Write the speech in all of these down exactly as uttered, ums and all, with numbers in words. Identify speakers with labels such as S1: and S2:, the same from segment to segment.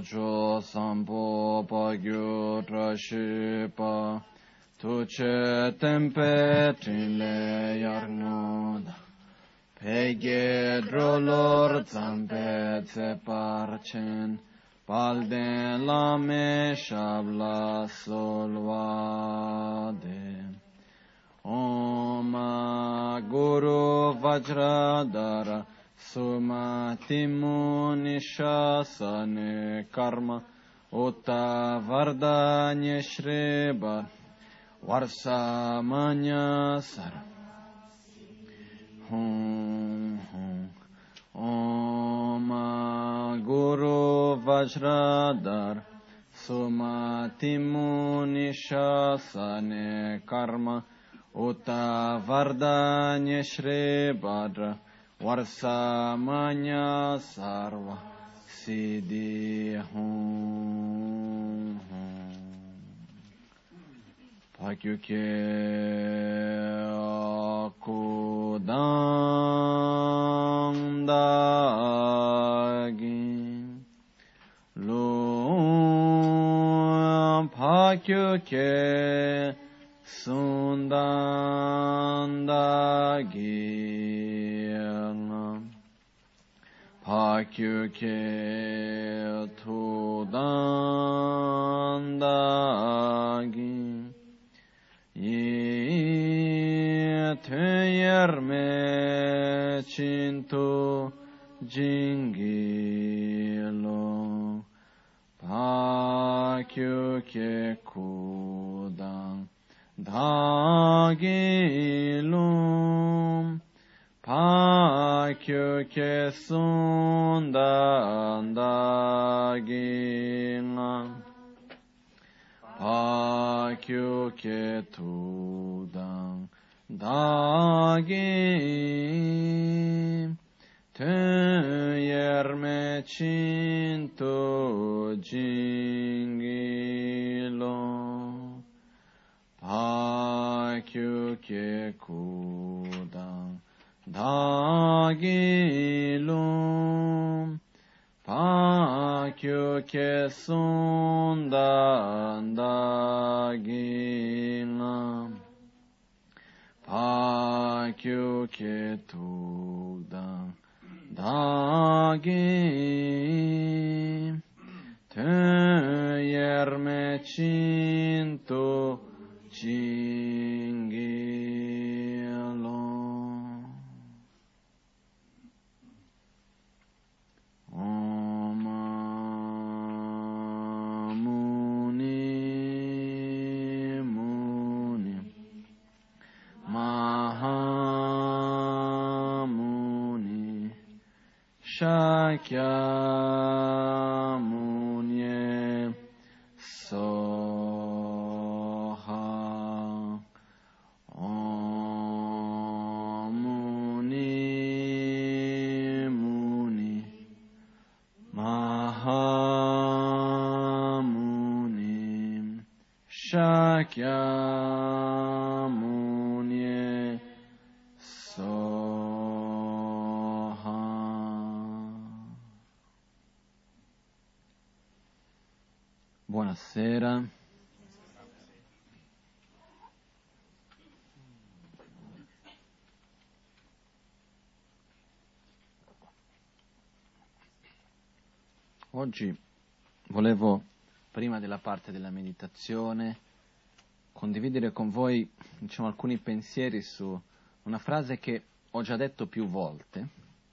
S1: Chocho Sampo Pagyo Trashipa Tuche Tempe Trile Yarnoda Pege Drolor Zampe Tseparchen Palde Lame Shabla Solvade Om Guru Vajradhara Sumatimu Nishasane Karma Uta Vardanya Shreba Varsamanya Sara Hum Hum Om Guru Vajradhara Sumatimu Nishasane Karma Uta Vardanya Shrebadra Varsamanya Sarva Siddhi Hum Pakyuke Akudam Dagin Lum Pakyuke Sundandagirna Pakyuke Tudandagin Yeteyerme Chintu Jingilo Pakyuke Kudan Dagilum Pakyuke Sundandagina Pakyuke Tudang Dagim Teyerme Chintu Jingilo Pakyuke Kudang Dagilum Pakyuke Sundandagina Pakyuke Tudang Dagim Teyerme Chintu Jingilo Om Muni Muni Mahamuni Shakyamuni Soha Om Muni Muni Mahamuni Shakyamuni Soha. Buonasera. Oggi volevo, prima della parte della meditazione, condividere con voi, diciamo, alcuni pensieri su una frase che ho già detto più volte,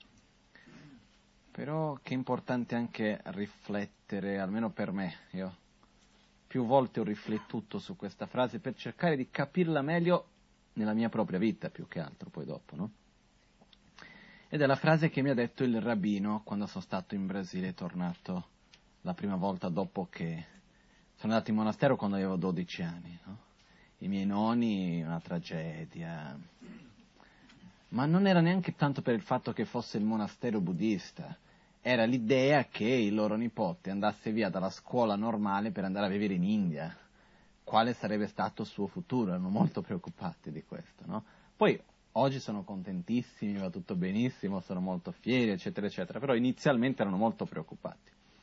S1: però che è importante anche riflettere, almeno per me. Io più volte ho riflettuto su questa frase per cercare di capirla meglio nella mia propria vita, più che altro poi dopo, no? Ed è la frase che mi ha detto il rabbino quando sono stato in Brasile, tornato la prima volta dopo che sono andato in monastero quando avevo dodici anni, no? I miei nonni, una tragedia. Ma non era neanche tanto per il fatto che fosse il monastero buddista, era l'idea che il loro nipote andasse via dalla scuola normale per andare a vivere in India. Quale sarebbe stato il suo futuro? Erano molto preoccupati di questo, no? Poi oggi sono contentissimi, va tutto benissimo, sono molto fieri, eccetera, eccetera, però inizialmente erano molto preoccupati.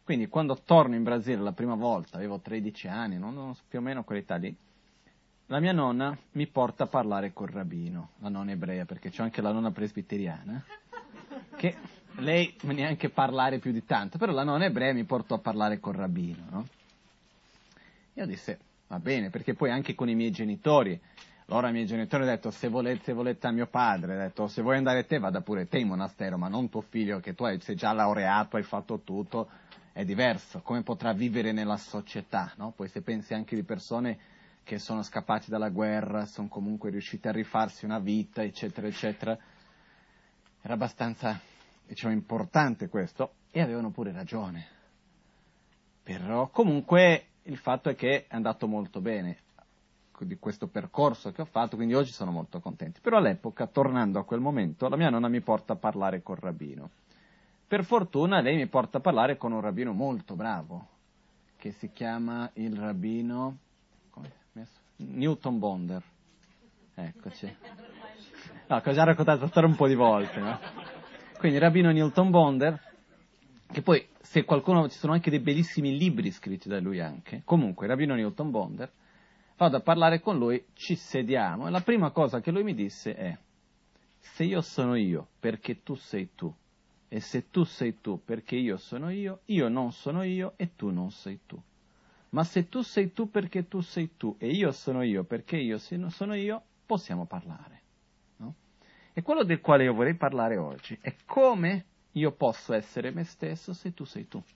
S1: Quindi quando torno in Brasile la prima volta, avevo tredici anni, non, non so, più o meno quell'età lì, la mia nonna mi porta a parlare col rabbino, la nonna ebrea, perché c'ho anche la nonna presbiteriana, che lei neanche parlare più di tanto, però la nonna ebrea mi portò a parlare col rabbino, no? Io disse, va bene, perché poi anche con i miei genitori, allora i miei genitori hanno detto, se volete, se volete a mio padre, ha detto, se vuoi andare te, vada pure te in monastero, ma non tuo figlio, che tu hai, sei già laureato, hai fatto tutto, è diverso, come potrà vivere nella società, no? Poi se pensi anche di persone che sono scappati dalla guerra, sono comunque riusciti a rifarsi una vita, eccetera, eccetera, era abbastanza, diciamo, importante questo, e avevano pure ragione. Però comunque il fatto è che è andato molto bene di questo percorso che ho fatto, quindi oggi sono molto contento. Però all'epoca, tornando a quel momento, la mia nonna mi porta a parlare col rabbino. Per fortuna lei mi porta a parlare con un rabbino molto bravo, che si chiama il rabbino come messo? Newton Bonder. Eccoci. No, che ho già raccontato questa storia un po' di volte, no? Quindi il rabbino Newton Bonder, che poi, se qualcuno, ci sono anche dei bellissimi libri scritti da lui anche. Comunque, il rabbino Newton Bonder, vado a parlare con lui, ci sediamo, e la prima cosa che lui mi disse è, se io sono io, perché tu sei tu, e se tu sei tu, perché io sono io, io non sono io e tu non sei tu. Ma se tu sei tu perché tu sei tu, e io sono io perché io sono io, possiamo parlare. No? E quello del quale io vorrei parlare oggi è come io posso essere me stesso se tu sei tu.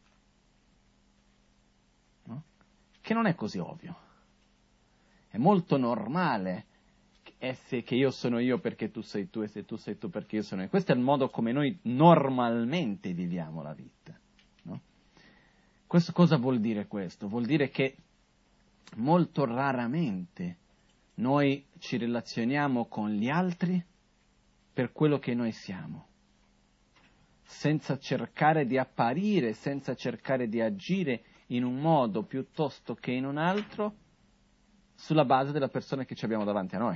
S1: No? Che non è così ovvio. È molto normale essere che io sono io perché tu sei tu e se tu sei tu perché io sono io. Questo è il modo come noi normalmente viviamo la vita. No? Questo cosa vuol dire questo? Vuol dire che molto raramente noi ci relazioniamo con gli altri per quello che noi siamo, senza cercare di apparire, senza cercare di agire in un modo piuttosto che in un altro, sulla base della persona che ci abbiamo davanti a noi.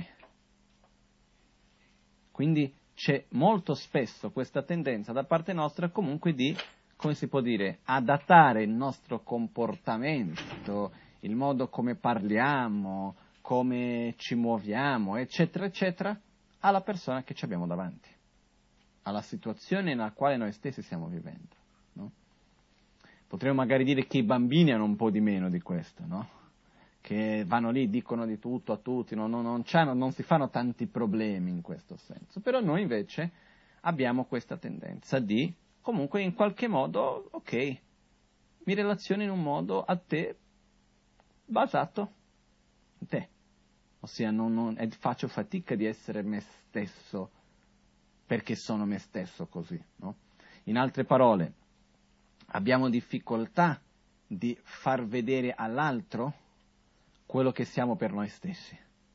S1: Quindi c'è molto spesso questa tendenza da parte nostra comunque di, come si può dire, adattare il nostro comportamento, il modo come parliamo, come ci muoviamo, eccetera, eccetera, alla persona che ci abbiamo davanti, alla situazione nella quale noi stessi stiamo vivendo. No? Potremmo magari dire che i bambini hanno un po' di meno di questo, no? Che vanno lì, dicono di tutto a tutti, non, non, non, non si fanno tanti problemi in questo senso. Però noi invece abbiamo questa tendenza di, comunque in qualche modo, ok, mi relaziono in un modo a te basato in te. Ossia, non, non, eh, faccio fatica di essere me stesso perché sono me stesso così, no? In altre parole, abbiamo difficoltà di far vedere all'altro quello che siamo per noi stessi.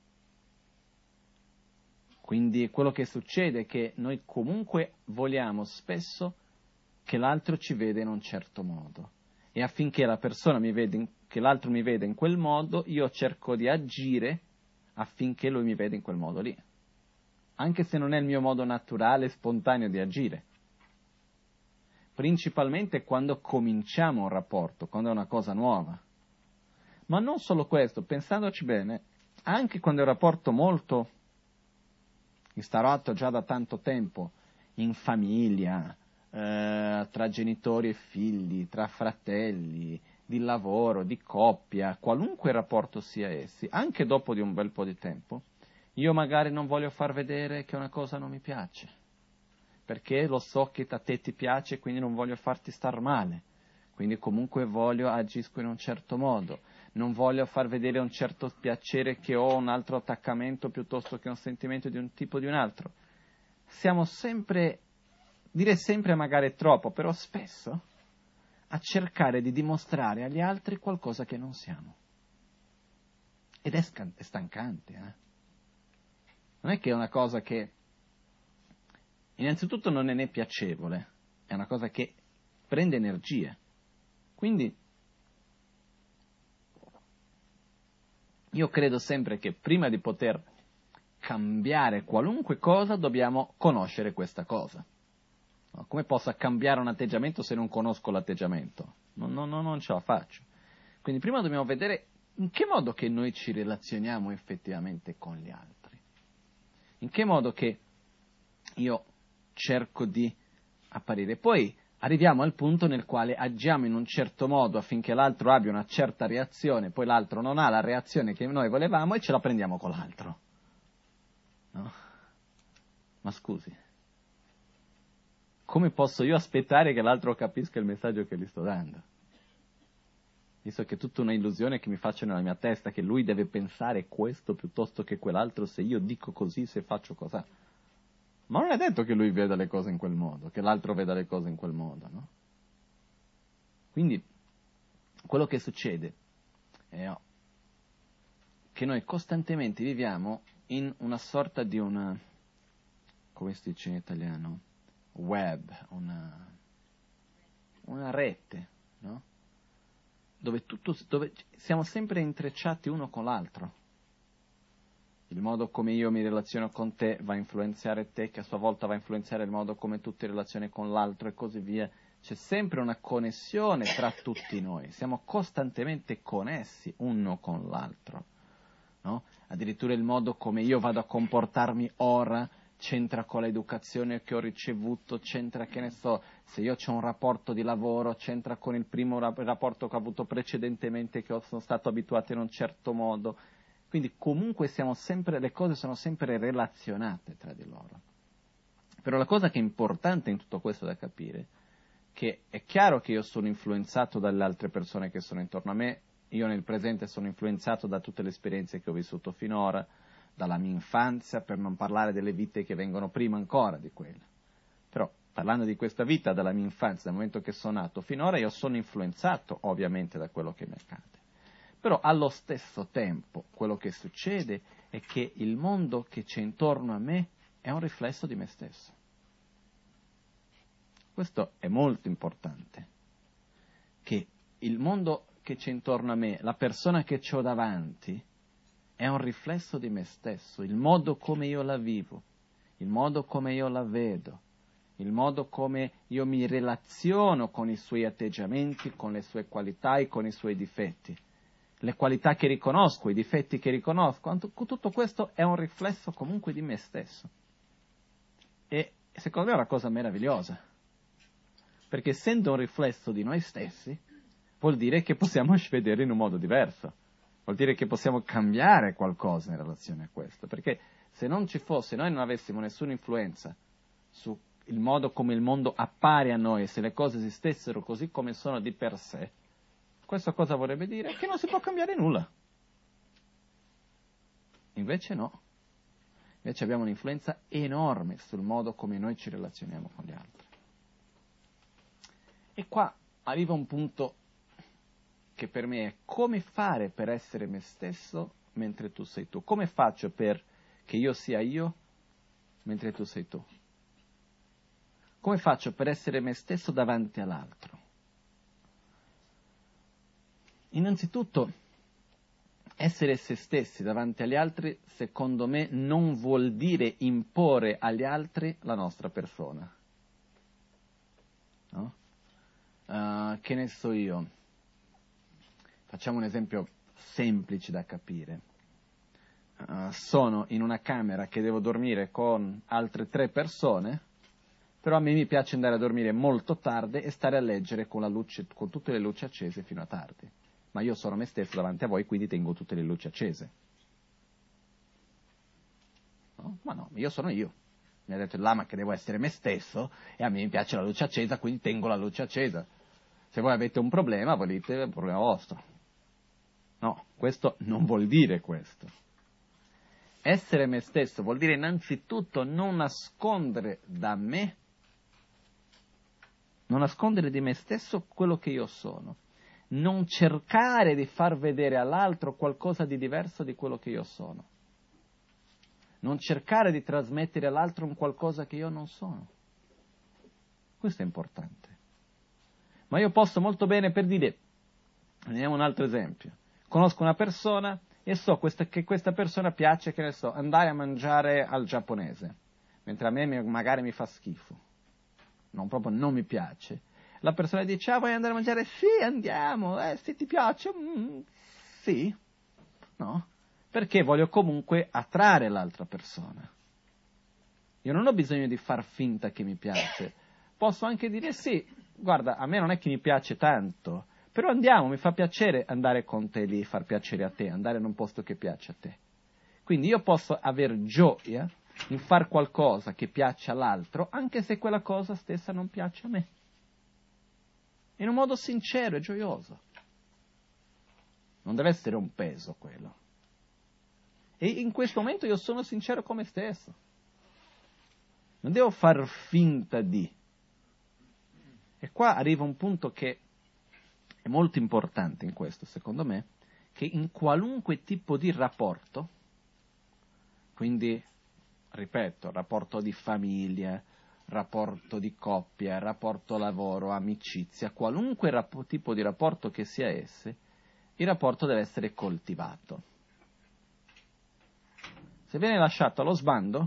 S1: Quindi quello che succede è che noi comunque vogliamo spesso che l'altro ci veda in un certo modo. E affinché la persona mi veda in, che l'altro mi veda in quel modo, io cerco di agire affinché lui mi veda in quel modo lì. Anche se non è il mio modo naturale e spontaneo di agire. Principalmente quando cominciamo un rapporto, quando è una cosa nuova. Ma non solo questo, pensandoci bene, anche quando è un rapporto molto instaurato già da tanto tempo, in famiglia, eh, tra genitori e figli, tra fratelli, di lavoro, di coppia, qualunque rapporto sia essi, anche dopo di un bel po' di tempo, io magari non voglio far vedere che una cosa non mi piace, perché lo so che a te ti piace, quindi non voglio farti star male, quindi comunque voglio, agisco in un certo modo. Non voglio far vedere un certo piacere che ho, un altro attaccamento piuttosto che un sentimento di un tipo o di un altro. Siamo sempre, dire sempre magari troppo, però spesso, a cercare di dimostrare agli altri qualcosa che non siamo. Ed è, scan- è stancante, eh? Non è che è una cosa che, innanzitutto non è né piacevole, è una cosa che prende energia. Quindi, io credo sempre che prima di poter cambiare qualunque cosa dobbiamo conoscere questa cosa. No? Come posso cambiare un atteggiamento se non conosco l'atteggiamento? non, non, non ce la faccio. Quindi prima dobbiamo vedere in che modo che noi ci relazioniamo effettivamente con gli altri, in che modo che io cerco di apparire. Poi arriviamo al punto nel quale agiamo in un certo modo affinché l'altro abbia una certa reazione, poi l'altro non ha la reazione che noi volevamo e ce la prendiamo con l'altro. No? Ma scusi, come posso io aspettare che l'altro capisca il messaggio che gli sto dando? Visto che è tutta una illusione che mi faccio nella mia testa, che lui deve pensare questo piuttosto che quell'altro, se io dico così, se faccio così. Ma non è detto che lui veda le cose in quel modo, che l'altro veda le cose in quel modo, no? Quindi, quello che succede è che noi costantemente viviamo in una sorta di una, come si dice in italiano, web, una, una rete, no? Dove, tutto, dove siamo sempre intrecciati uno con l'altro. Il modo come io mi relaziono con te va a influenzare te, che a sua volta va a influenzare il modo come tu ti relazioni con l'altro e così via. C'è sempre una connessione tra tutti noi, siamo costantemente connessi uno con l'altro, no? Addirittura il modo come io vado a comportarmi ora c'entra con l'educazione che ho ricevuto, c'entra, che ne so, se io ho un rapporto di lavoro, c'entra con il primo rapporto che ho avuto precedentemente, che sono stato abituato in un certo modo. Quindi comunque siamo sempre, le cose sono sempre relazionate tra di loro. Però la cosa che è importante in tutto questo da capire, che è chiaro che io sono influenzato dalle altre persone che sono intorno a me, io nel presente sono influenzato da tutte le esperienze che ho vissuto finora, dalla mia infanzia, per non parlare delle vite che vengono prima ancora di quella. Però, parlando di questa vita, dalla mia infanzia, dal momento che sono nato finora, io sono influenzato ovviamente da quello che mi accade. Però allo stesso tempo quello che succede è che il mondo che c'è intorno a me è un riflesso di me stesso. Questo è molto importante, che il mondo che c'è intorno a me, la persona che ho davanti, è un riflesso di me stesso, il modo come io la vivo, il modo come io la vedo, il modo come io mi relaziono con i suoi atteggiamenti, con le sue qualità e con i suoi difetti. Le qualità che riconosco, i difetti che riconosco, tutto questo è un riflesso comunque di me stesso. E secondo me è una cosa meravigliosa, perché essendo un riflesso di noi stessi, vuol dire che possiamo vedere in un modo diverso, vuol dire che possiamo cambiare qualcosa in relazione a questo, perché se non ci fosse, noi non avessimo nessuna influenza sul modo come il mondo appare a noi, se le cose esistessero così come sono di per sé, questo cosa vorrebbe dire? Che non si può cambiare nulla. Invece no. Invece abbiamo un'influenza enorme sul modo come noi ci relazioniamo con gli altri. E qua arriva un punto che per me è: come fare per essere me stesso mentre tu sei tu? Come faccio per che io sia io mentre tu sei tu? Come faccio per essere me stesso davanti all'altro? Innanzitutto, essere se stessi davanti agli altri, secondo me, non vuol dire imporre agli altri la nostra persona. No? Uh, che ne so io? Facciamo un esempio semplice da capire. Uh, sono in una camera che devo dormire con altre tre persone, però a me mi piace andare a dormire molto tardi e stare a leggere con, la luce, con tutte le luci accese fino a tardi. Ma io sono me stesso davanti a voi, quindi tengo tutte le luci accese. No? Ma no, io sono io. Mi ha detto il lama che devo essere me stesso e a me mi piace la luce accesa, quindi tengo la luce accesa. Se voi avete un problema, volete, è un problema vostro. No, questo non vuol dire questo. Essere me stesso vuol dire innanzitutto non nascondere da me, non nascondere di me stesso quello che io sono. Non cercare di far vedere all'altro qualcosa di diverso di quello che io sono. Non cercare di trasmettere all'altro un qualcosa che io non sono. Questo è importante. Ma io posso molto bene, per dire, vediamo un altro esempio. Conosco una persona e so questa, che questa persona piace, che ne so, andare a mangiare al giapponese, mentre a me magari mi fa schifo. Non proprio non mi piace. la persona dice, ah, vuoi andare a mangiare? Sì, andiamo, eh, se ti piace, mm, sì, no? Perché voglio comunque attrarre l'altra persona. Io non ho bisogno di far finta che mi piace. Posso anche dire sì, guarda, a me non è che mi piace tanto, però andiamo, mi fa piacere andare con te lì, far piacere a te, andare in un posto che piace a te. Quindi io posso aver gioia in far qualcosa che piace all'altro, anche se quella cosa stessa non piace a me. In un modo sincero e gioioso. Non deve essere un peso quello. E in questo momento io sono sincero con me stesso. Non devo far finta di. E qua arriva un punto che è molto importante in questo, secondo me, che in qualunque tipo di rapporto, quindi, ripeto, rapporto di famiglia, rapporto di coppia, rapporto lavoro, amicizia, qualunque rap- tipo di rapporto che sia esse, il rapporto deve essere coltivato. Se viene lasciato allo sbando,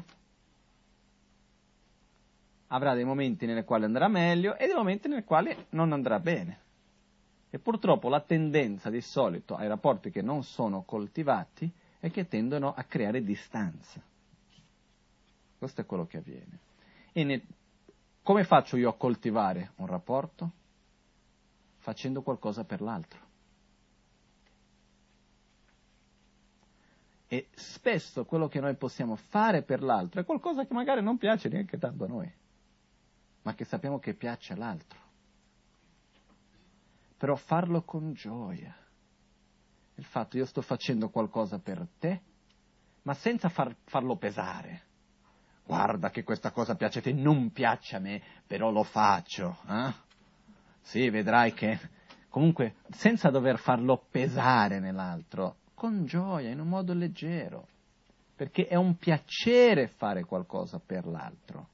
S1: avrà dei momenti nei quali andrà meglio e dei momenti nei quali non andrà bene. E purtroppo la tendenza di solito ai rapporti che non sono coltivati è che tendono a creare distanza. Questo è quello che avviene. E ne... come faccio io a coltivare un rapporto? Facendo qualcosa per l'altro. E spesso quello che noi possiamo fare per l'altro è qualcosa che magari non piace neanche tanto a noi, ma che sappiamo che piace all'altro. Però farlo con gioia. Il fatto, io sto facendo qualcosa per te, ma senza far, farlo pesare. Guarda che questa cosa piace a te, non piace a me, però lo faccio. Eh? Sì, vedrai che... Comunque, senza dover farlo pesare nell'altro, con gioia, in un modo leggero. Perché è un piacere fare qualcosa per l'altro.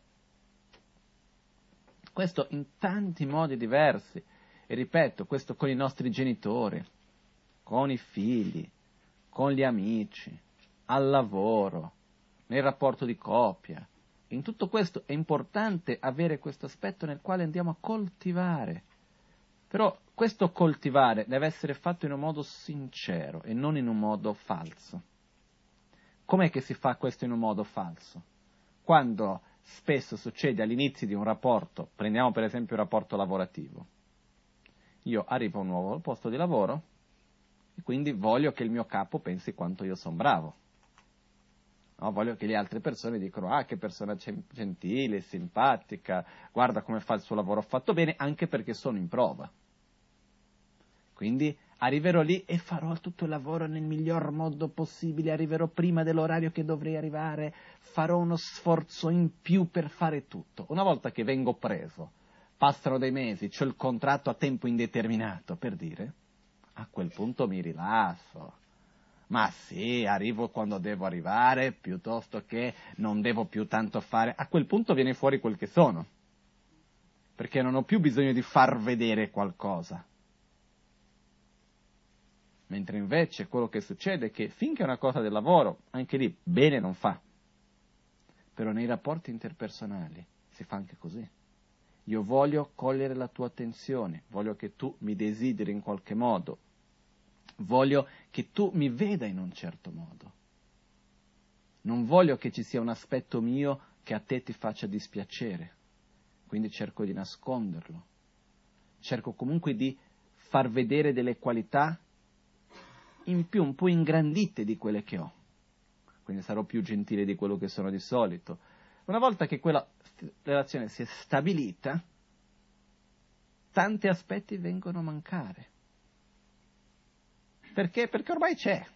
S1: Questo in tanti modi diversi. E ripeto, questo con i nostri genitori, con i figli, con gli amici, al lavoro, nel rapporto di coppia. In tutto questo è importante avere questo aspetto nel quale andiamo a coltivare. Però questo coltivare deve essere fatto in un modo sincero e non in un modo falso. Com'è che si fa questo in un modo falso? Quando spesso succede all'inizio di un rapporto, prendiamo per esempio il rapporto lavorativo. Io arrivo a un nuovo posto di lavoro e quindi voglio che il mio capo pensi quanto io sono bravo. No, voglio che le altre persone dicano, ah, che persona gentile, simpatica, guarda come fa il suo lavoro fatto bene, anche perché sono in prova. Quindi arriverò lì e farò tutto il lavoro nel miglior modo possibile, arriverò prima dell'orario che dovrei arrivare, farò uno sforzo in più per fare tutto. Una volta che vengo preso, passano dei mesi, c'ho il contratto a tempo indeterminato, per dire, a quel punto mi rilasso. Ma sì, arrivo quando devo arrivare, piuttosto che non devo più tanto fare. A quel punto viene fuori quel che sono, perché non ho più bisogno di far vedere qualcosa. Mentre invece quello che succede è che finché è una cosa del lavoro, anche lì, bene non fa. Però nei rapporti interpersonali si fa anche così. Io voglio cogliere la tua attenzione, voglio che tu mi desideri in qualche modo, voglio che tu mi veda in un certo modo. Non voglio che ci sia un aspetto mio che a te ti faccia dispiacere, quindi cerco di nasconderlo. Cerco comunque di far vedere delle qualità in più, un po' ingrandite di quelle che ho. Quindi sarò più gentile di quello che sono di solito. Una volta che quella relazione si è stabilita, tanti aspetti vengono a mancare. Perché? Perché ormai c'è.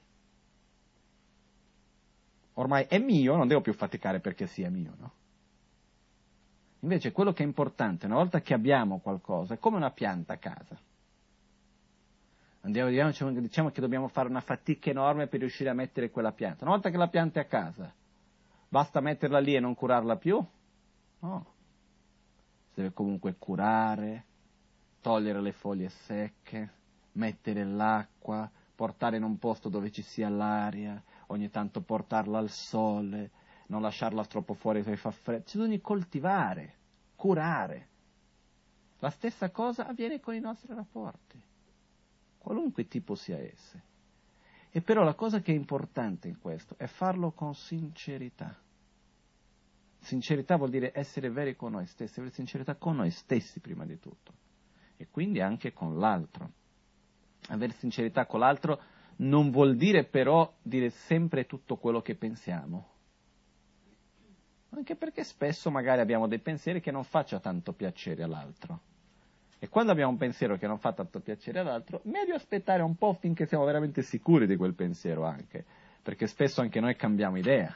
S1: Ormai è mio, non devo più faticare perché sia mio, no? Invece quello che è importante, una volta che abbiamo qualcosa, è come una pianta a casa. Andiamo, diciamo, diciamo che dobbiamo fare una fatica enorme per riuscire a mettere quella pianta. Una volta che la pianta è a casa, basta metterla lì e non curarla più? No. Si deve comunque curare, togliere le foglie secche, mettere l'acqua, portare in un posto dove ci sia l'aria, ogni tanto portarla al sole, non lasciarla troppo fuori se fa freddo. Ci bisogna coltivare, curare. La stessa cosa avviene con i nostri rapporti, qualunque tipo sia esse. E però la cosa che è importante in questo è farlo con sincerità. Sincerità vuol dire essere veri con noi stessi, avere sincerità con noi stessi prima di tutto, e quindi anche con l'altro. Avere sincerità con l'altro non vuol dire però dire sempre tutto quello che pensiamo, anche perché spesso magari abbiamo dei pensieri che non faccia tanto piacere all'altro. E quando abbiamo un pensiero che non fa tanto piacere all'altro, meglio aspettare un po' finché siamo veramente sicuri di quel pensiero anche, perché spesso anche noi cambiamo idea.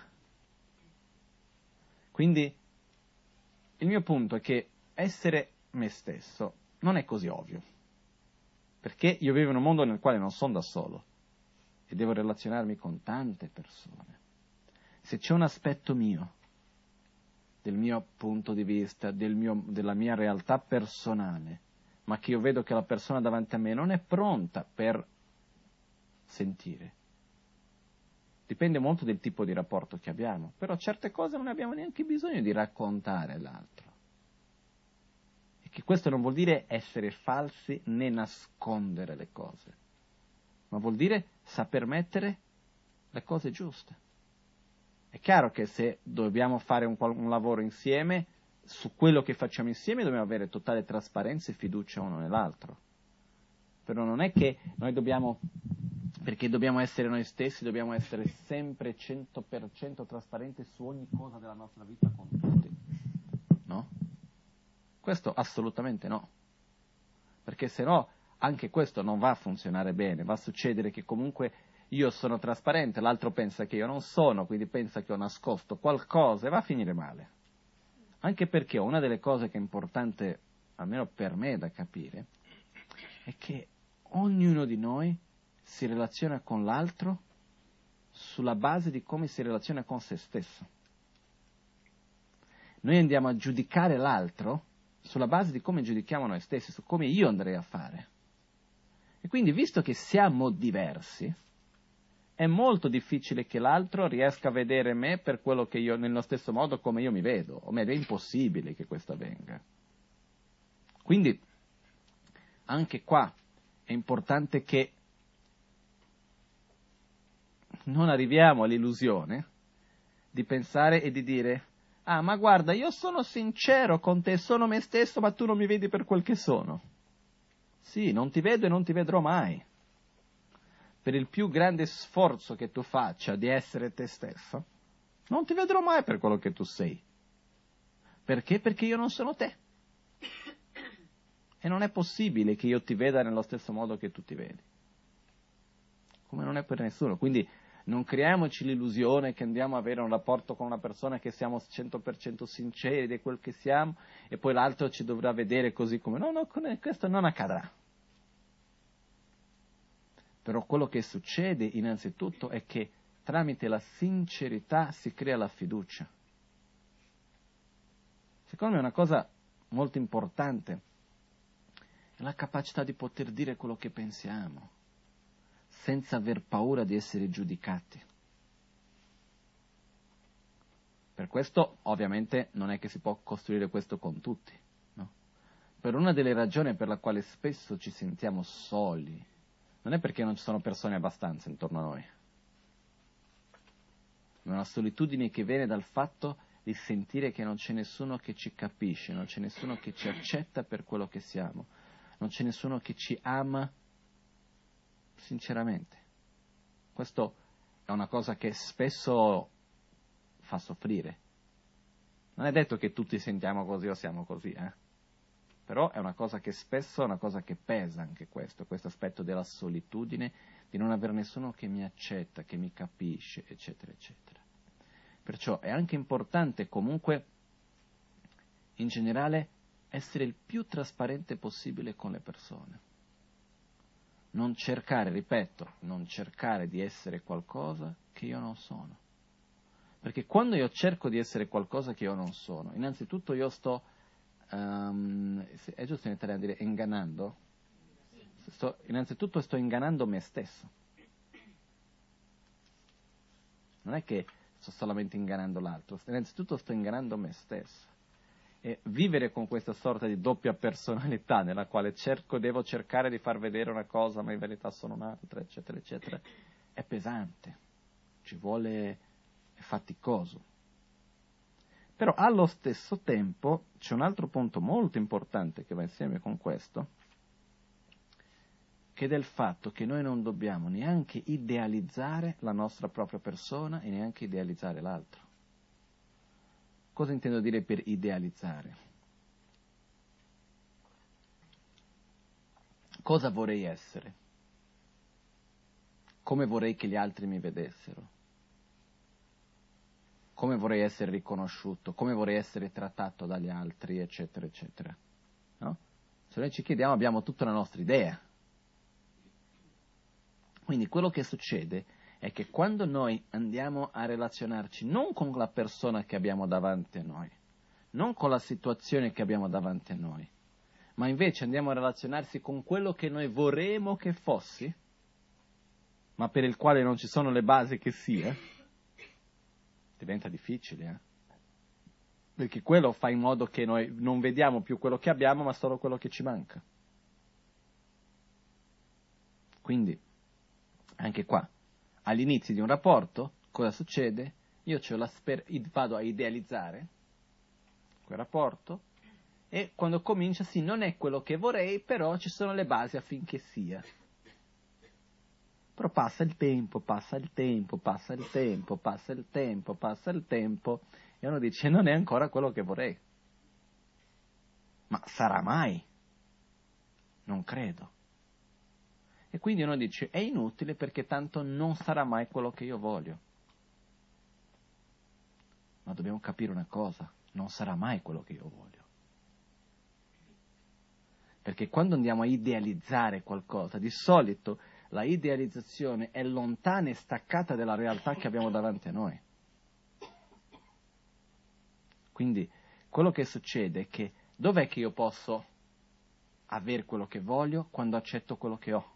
S1: Quindi il mio punto è che essere me stesso non è così ovvio, perché io vivo in un mondo nel quale non sono da solo e devo relazionarmi con tante persone. Se c'è un aspetto mio, del mio punto di vista, del mio, della mia realtà personale, ma che io vedo che la persona davanti a me non è pronta per sentire. Dipende molto del tipo di rapporto che abbiamo, però certe cose non abbiamo neanche bisogno di raccontare all'altro. E che questo non vuol dire essere falsi né nascondere le cose, ma vuol dire saper mettere le cose giuste. È chiaro che se dobbiamo fare un, un lavoro insieme, su quello che facciamo insieme dobbiamo avere totale trasparenza e fiducia uno nell'altro. Però non è che noi dobbiamo, perché dobbiamo essere noi stessi, dobbiamo essere sempre cento per cento trasparenti su ogni cosa della nostra vita con tutti. No? Questo assolutamente no. Perché se no anche questo non va a funzionare bene, va a succedere che comunque io sono trasparente, l'altro pensa che io non sono, quindi pensa che ho nascosto qualcosa e va a finire male. Anche perché una delle cose che è importante, almeno per me da capire, è che ognuno di noi si relaziona con l'altro sulla base di come si relaziona con se stesso. Noi andiamo a giudicare l'altro sulla base di come giudichiamo noi stessi, su come io andrei a fare. E quindi, visto che siamo diversi, è molto difficile che l'altro riesca a vedere me per quello che io, nello stesso modo come io mi vedo, o meglio, è impossibile che questo avvenga. Quindi, anche qua, è importante che non arriviamo all'illusione di pensare e di dire: ah, ma guarda, io sono sincero con te, sono me stesso, ma tu non mi vedi per quel che sono. Sì, non ti vedo e non ti vedrò mai. Per il più grande sforzo che tu faccia di essere te stesso, non ti vedrò mai per quello che tu sei. Perché? Perché io non sono te. E non è possibile che io ti veda nello stesso modo che tu ti vedi. Come non è per nessuno. Quindi non creiamoci l'illusione che andiamo a avere un rapporto con una persona che siamo cento per cento sinceri di quel che siamo e poi l'altro ci dovrà vedere così come... No, no, questo non accadrà. Però quello che succede innanzitutto è che tramite la sincerità si crea la fiducia. Secondo me una cosa molto importante è la capacità di poter dire quello che pensiamo, senza aver paura di essere giudicati. Per questo, ovviamente, non è che si può costruire questo con tutti, no? Per una delle ragioni per la quale spesso ci sentiamo soli, non è perché non ci sono persone abbastanza intorno a noi, ma è una solitudine che viene dal fatto di sentire che non c'è nessuno che ci capisce, non c'è nessuno che ci accetta per quello che siamo, non c'è nessuno che ci ama sinceramente. Questo è una cosa che spesso fa soffrire. Non è detto che tutti sentiamo così o siamo così, eh? Però è una cosa che spesso è una cosa che pesa anche questo, questo aspetto della solitudine, di non avere nessuno che mi accetta, che mi capisce, eccetera, eccetera. Perciò è anche importante comunque, in generale, essere il più trasparente possibile con le persone. Non cercare, ripeto, non cercare di essere qualcosa che io non sono. Perché quando io cerco di essere qualcosa che io non sono, innanzitutto io sto, um, è giusto in italiano dire ingannando? Sto, innanzitutto sto ingannando me stesso. Non è che sto solamente ingannando l'altro, innanzitutto sto ingannando me stesso. E vivere con questa sorta di doppia personalità, nella quale cerco, devo cercare di far vedere una cosa, ma in verità sono un'altra, eccetera, eccetera, è pesante, ci vuole, è faticoso. Però allo stesso tempo c'è un altro punto molto importante che va insieme con questo, che è del fatto che noi non dobbiamo neanche idealizzare la nostra propria persona e neanche idealizzare l'altro. Cosa intendo dire per idealizzare? Cosa vorrei essere? Come vorrei che gli altri mi vedessero? Come vorrei essere riconosciuto? Come vorrei essere trattato dagli altri, eccetera, eccetera. No? Se noi ci chiediamo, abbiamo tutta la nostra idea. Quindi quello che succede è che quando noi andiamo a relazionarci non con la persona che abbiamo davanti a noi, non con la situazione che abbiamo davanti a noi, ma invece andiamo a relazionarsi con quello che noi vorremmo che fossi, ma per il quale non ci sono le basi che sia, diventa difficile, eh? Perché quello fa in modo che noi non vediamo più quello che abbiamo, ma solo quello che ci manca. Quindi, anche qua, all'inizio di un rapporto, cosa succede? Io c'ho la sper- vado a idealizzare quel rapporto e quando comincia, sì, non è quello che vorrei, però ci sono le basi affinché sia. Però passa il tempo, passa il tempo, passa il tempo, passa il tempo, passa il tempo, e uno dice, non è ancora quello che vorrei. Ma sarà mai? Non credo. E quindi uno dice, è inutile perché tanto non sarà mai quello che io voglio. Ma dobbiamo capire una cosa, non sarà mai quello che io voglio. Perché quando andiamo a idealizzare qualcosa, di solito la idealizzazione è lontana e staccata dalla realtà che abbiamo davanti a noi. Quindi quello che succede è che dov'è che io posso avere quello che voglio quando accetto quello che ho?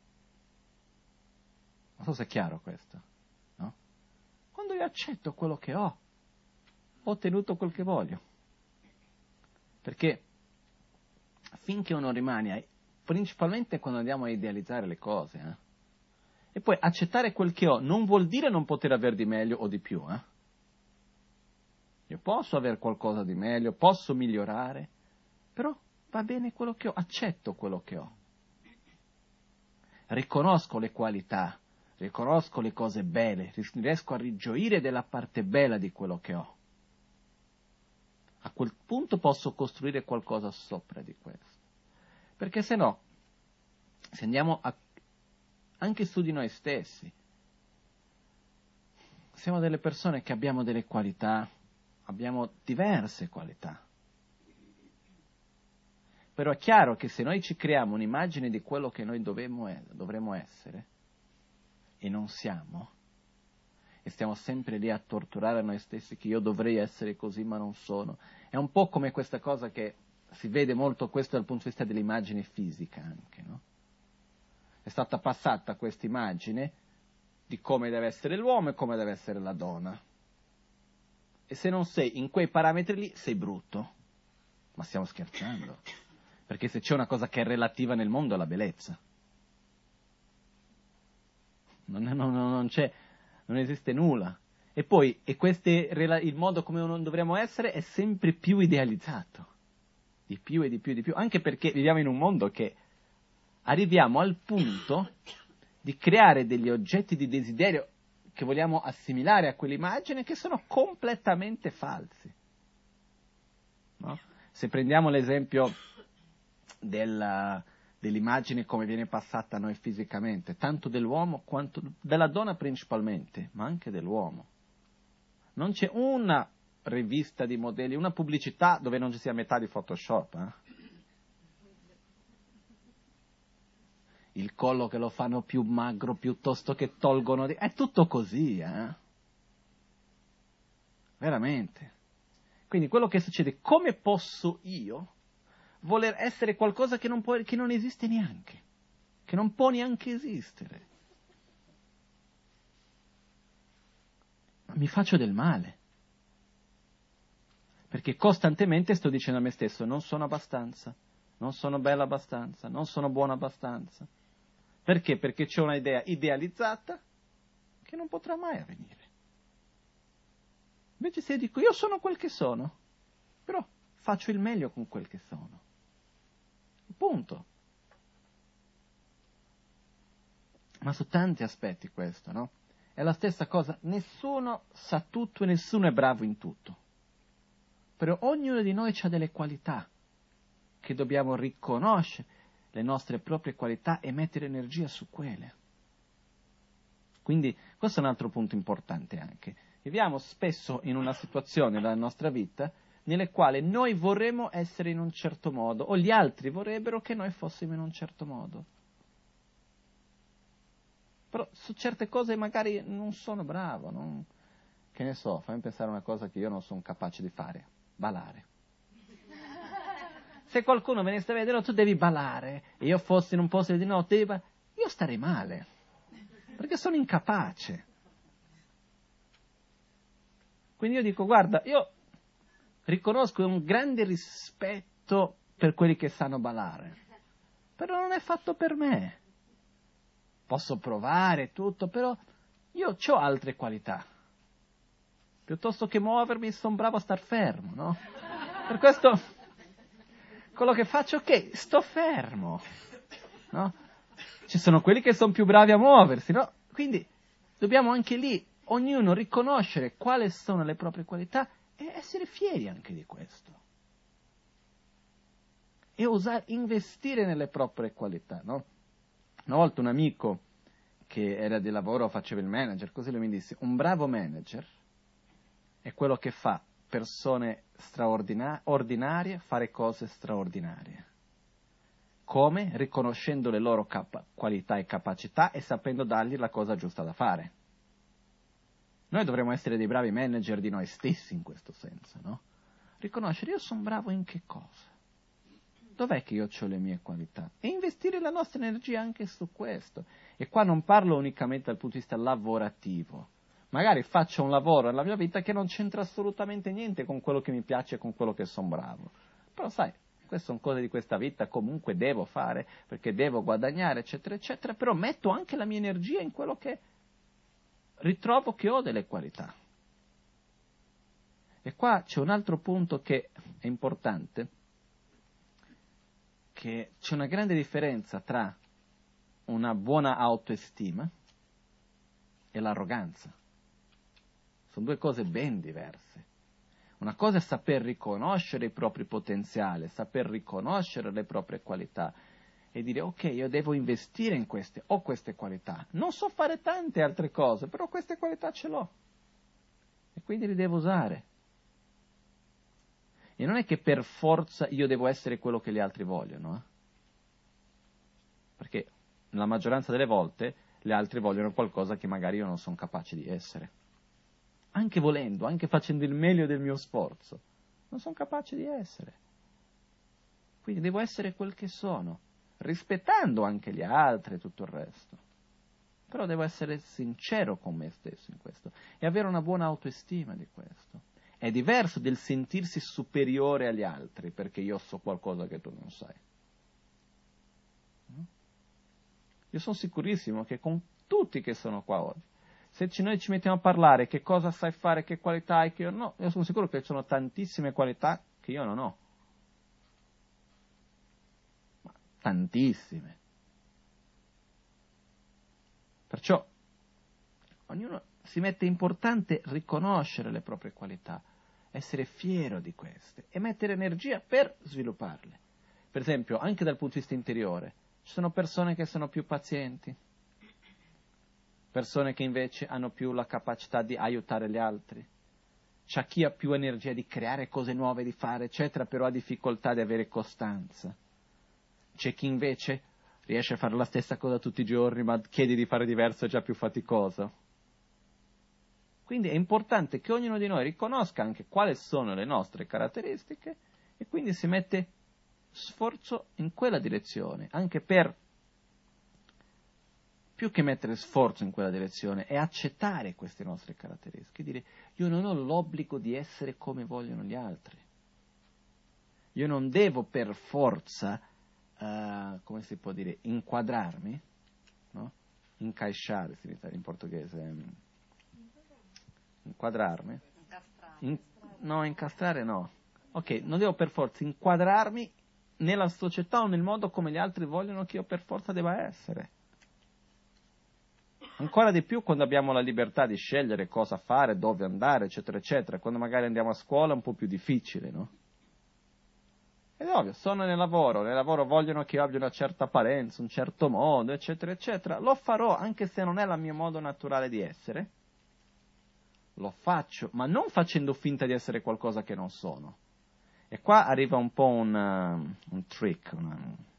S1: Non so se è chiaro questo, no? Quando io accetto quello che ho, ho ottenuto quel che voglio. Perché finché uno rimane, principalmente quando andiamo a idealizzare le cose, eh? E poi accettare quel che ho non vuol dire non poter avere di meglio o di più, eh? Io posso avere qualcosa di meglio, posso migliorare, però va bene quello che ho, accetto quello che ho. Riconosco le qualità, riconosco le cose belle, riesco a rigioire della parte bella di quello che ho. A quel punto posso costruire qualcosa sopra di questo. Perché se no, se andiamo a, anche su di noi stessi, siamo delle persone che abbiamo delle qualità, abbiamo diverse qualità. Però è chiaro che se noi ci creiamo un'immagine di quello che noi dovremmo, dovremmo essere, e non siamo, e stiamo sempre lì a torturare noi stessi che io dovrei essere così ma non sono, è un po' come questa cosa che si vede molto questo dal punto di vista dell'immagine fisica anche, no? È stata passata questa immagine di come deve essere l'uomo e come deve essere la donna. E se non sei in quei parametri lì, sei brutto. Ma stiamo scherzando. Perché se c'è una cosa che è relativa nel mondo è la bellezza. Non, non, non, c'è, non esiste nulla. E poi e queste, il modo come non dovremmo essere è sempre più idealizzato. Di più e di più e di più. Anche perché viviamo in un mondo che arriviamo al punto di creare degli oggetti di desiderio che vogliamo assimilare a quell'immagine che sono completamente falsi. No? Se prendiamo l'esempio della, dell'immagine come viene passata a noi fisicamente, tanto dell'uomo quanto della donna principalmente, ma anche dell'uomo. Non c'è una rivista di modelli, una pubblicità dove non ci sia metà di Photoshop. Eh? Il collo che lo fanno più magro piuttosto che tolgono di... È tutto così, eh? Veramente. Quindi quello che succede, come posso io voler essere qualcosa che non, può, che non esiste neanche, che non può neanche esistere? Mi faccio del male. Perché costantemente sto dicendo a me stesso, non sono abbastanza, non sono bella abbastanza, non sono buona abbastanza. Perché? Perché c'è una idea idealizzata che non potrà mai avvenire. Invece se io dico, io sono quel che sono, però faccio il meglio con quel che sono. Punto. Ma su tanti aspetti questo, no? È la stessa cosa, nessuno sa tutto e nessuno è bravo in tutto. Però ognuno di noi ha delle qualità che dobbiamo riconoscere, le nostre proprie qualità e mettere energia su quelle. Quindi questo è un altro punto importante anche. Viviamo spesso in una situazione della nostra vita nelle quali noi vorremmo essere in un certo modo o gli altri vorrebbero che noi fossimo in un certo modo. Però su certe cose magari non sono bravo, non... che ne so, fammi pensare a una cosa che io non sono capace di fare, ballare. Se qualcuno venisse a vedere, no, tu devi ballare, e io fossi in un posto di notte, devi ballare, io starei male, perché sono incapace. Quindi io dico, guarda, io riconosco un grande rispetto per quelli che sanno ballare, però non è fatto per me. Posso provare tutto, però io ho altre qualità. Piuttosto che muovermi, sono bravo a star fermo, no? Per questo, quello che faccio è che sto fermo, no? Ci sono quelli che sono più bravi a muoversi, no? Quindi dobbiamo anche lì, ognuno riconoscere quali sono le proprie qualità e essere fieri anche di questo. E usare, investire nelle proprie qualità, no? Una volta un amico che era di lavoro, faceva il manager, così lui mi disse, un bravo manager è quello che fa persone straordinarie fare cose straordinarie. Come? Riconoscendo le loro capa- qualità e capacità e sapendo dargli la cosa giusta da fare. Noi dovremmo essere dei bravi manager di noi stessi in questo senso, no? Riconoscere, io sono bravo in che cosa? Dov'è che io ho le mie qualità? E investire la nostra energia anche su questo. E qua non parlo unicamente dal punto di vista lavorativo. Magari faccio un lavoro nella mia vita che non c'entra assolutamente niente con quello che mi piace e con quello che sono bravo. Però sai, queste sono cose di questa vita, comunque devo fare, perché devo guadagnare, eccetera, eccetera. Però metto anche la mia energia in quello che ritrovo che ho delle qualità. E qua c'è un altro punto che è importante, che c'è una grande differenza tra una buona autostima e l'arroganza. Sono due cose ben diverse. Una cosa è saper riconoscere i propri potenziali, saper riconoscere le proprie qualità e dire ok, io devo investire in queste, ho queste qualità. Non so fare tante altre cose, però queste qualità ce l'ho. E quindi li devo usare. E non è che per forza io devo essere quello che gli altri vogliono, eh? Perché nella maggioranza delle volte gli altri vogliono qualcosa che magari io non sono capace di essere. Anche volendo, anche facendo il meglio del mio sforzo, non sono capace di essere. Quindi devo essere quel che sono, rispettando anche gli altri e tutto il resto. Però devo essere sincero con me stesso in questo e avere una buona autostima di questo. È diverso del sentirsi superiore agli altri, perché io so qualcosa che tu non sai. Io sono sicurissimo che con tutti che sono qua oggi, se ci, noi ci mettiamo a parlare che cosa sai fare, che qualità hai, che io no, io sono sicuro che ci sono tantissime qualità che io non ho. Ma tantissime. Perciò ognuno si mette importante riconoscere le proprie qualità, essere fiero di queste e mettere energia per svilupparle. Per esempio, anche dal punto di vista interiore, ci sono persone che sono più pazienti, persone che invece hanno più la capacità di aiutare gli altri. C'è chi ha più energia di creare cose nuove, di fare, eccetera, però ha difficoltà di avere costanza. C'è chi invece riesce a fare la stessa cosa tutti i giorni, ma chiede di fare diverso, è già più faticoso. Quindi è importante che ognuno di noi riconosca anche quali sono le nostre caratteristiche e quindi si mette sforzo in quella direzione, anche per più che mettere sforzo in quella direzione, è accettare queste nostre caratteristiche, dire io non ho l'obbligo di essere come vogliono gli altri. Io non devo per forza, uh, come si può dire, inquadrarmi, no? Incaixare, si dice in portoghese. Inquadrarmi? In, no, incastrare no. Ok, non devo per forza inquadrarmi nella società o nel modo come gli altri vogliono che io per forza debba essere. Ancora di più quando abbiamo la libertà di scegliere cosa fare, dove andare, eccetera, eccetera. Quando magari andiamo a scuola è un po' più difficile, no? Ed è ovvio, sono nel lavoro, nel lavoro vogliono che io abbia una certa apparenza, un certo modo, eccetera, eccetera. Lo farò anche se non è il mio modo naturale di essere. Lo faccio, ma non facendo finta di essere qualcosa che non sono. E qua arriva un po' un, uh, un trick, una,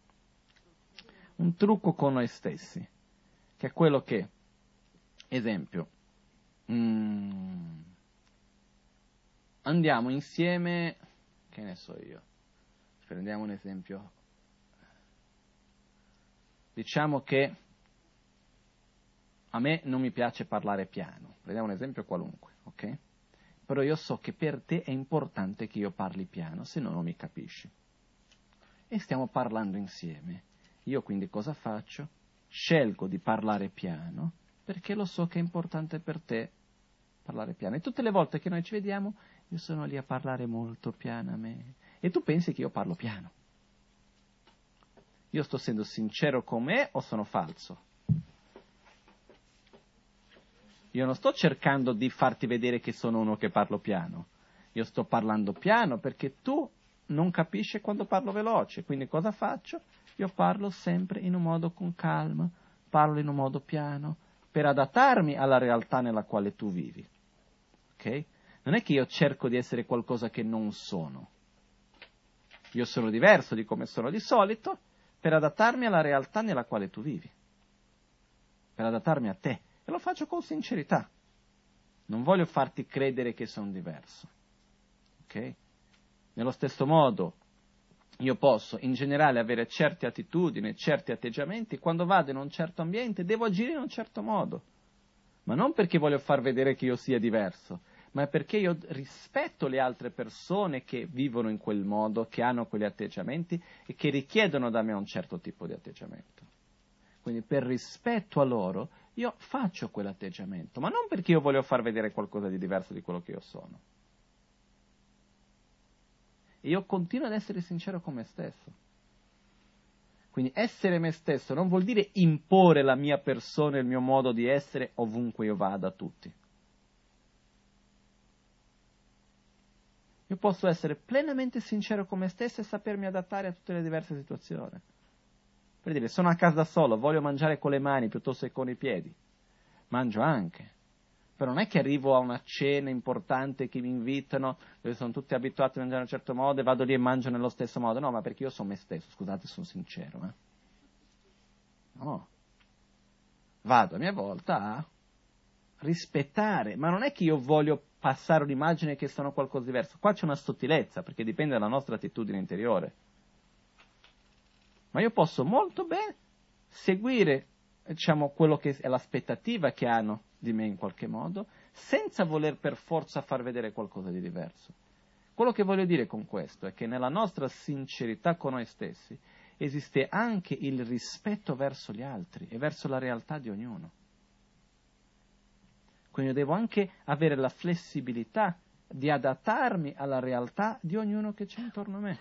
S1: un trucco con noi stessi, che è quello che, esempio, mm, andiamo insieme, che ne so io, prendiamo un esempio, diciamo che a me non mi piace parlare piano, prendiamo un esempio qualunque, ok? Però io so che per te è importante che io parli piano, se no non mi capisci. E stiamo parlando insieme. Io quindi cosa faccio? Scelgo di parlare piano, perché lo so che è importante per te parlare piano. E tutte le volte che noi ci vediamo, io sono lì a parlare molto pianamente. E tu pensi che io parlo piano. Io sto essendo sincero con me o sono falso? Io non sto cercando di farti vedere che sono uno che parlo piano. Io sto parlando piano perché tu non capisci quando parlo veloce. Quindi cosa faccio? Io parlo sempre in un modo con calma, parlo in un modo piano, per adattarmi alla realtà nella quale tu vivi. Ok? Non è che io cerco di essere qualcosa che non sono. Io sono diverso di come sono di solito per adattarmi alla realtà nella quale tu vivi. Per adattarmi a te. E lo faccio con sincerità. Non voglio farti credere che sono diverso. Ok? Nello stesso modo, io posso in generale avere certe attitudini, certi atteggiamenti, quando vado in un certo ambiente devo agire in un certo modo. Ma non perché voglio far vedere che io sia diverso, ma è perché io rispetto le altre persone che vivono in quel modo, che hanno quegli atteggiamenti e che richiedono da me un certo tipo di atteggiamento. Quindi per rispetto a loro io faccio quell'atteggiamento, ma non perché io voglio far vedere qualcosa di diverso di quello che io sono. E io continuo ad essere sincero con me stesso. Quindi essere me stesso non vuol dire imporre la mia persona e il mio modo di essere ovunque io vada a tutti. Io posso essere plenamente sincero con me stesso e sapermi adattare a tutte le diverse situazioni. Per dire, sono a casa da solo, voglio mangiare con le mani piuttosto che con i piedi. Mangio anche. Però non è che arrivo a una cena importante che mi invitano, dove sono tutti abituati a mangiare in un certo modo e vado lì e mangio nello stesso modo. No, ma perché io sono me stesso, scusate, sono sincero. Eh? No. Vado a mia volta a rispettare, ma non è che io voglio passare un'immagine che sono qualcosa di diverso. Qua c'è una sottilezza, perché dipende dalla nostra attitudine interiore. Ma io posso molto bene seguire, diciamo, quello che è l'aspettativa che hanno di me in qualche modo, senza voler per forza far vedere qualcosa di diverso. Quello che voglio dire con questo è che nella nostra sincerità con noi stessi esiste anche il rispetto verso gli altri e verso la realtà di ognuno. Quindi io devo anche avere la flessibilità di adattarmi alla realtà di ognuno che c'è intorno a me.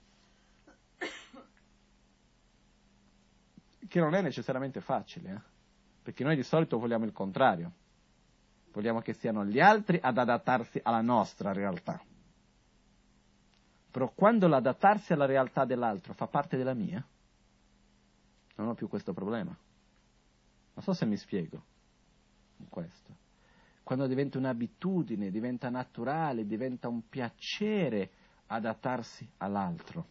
S1: Che non è necessariamente facile, eh? Perché noi di solito vogliamo il contrario. Vogliamo che siano gli altri ad adattarsi alla nostra realtà. Però quando l'adattarsi alla realtà dell'altro fa parte della mia, non ho più questo problema. Non so se mi spiego con questo. Quando diventa un'abitudine, diventa naturale, diventa un piacere adattarsi all'altro.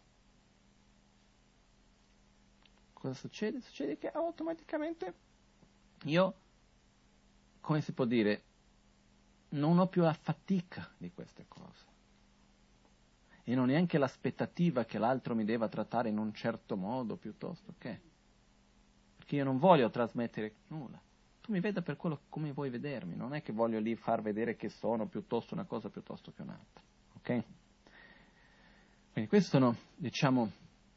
S1: Cosa succede? Succede che automaticamente io, come si può dire, non ho più la fatica di queste cose. E non neanche l'aspettativa che l'altro mi debba trattare in un certo modo piuttosto che. perché io non voglio trasmettere nulla. Tu mi veda per quello come vuoi vedermi, non è che voglio lì far vedere che sono piuttosto una cosa piuttosto che un'altra, ok? Quindi questi sono, diciamo,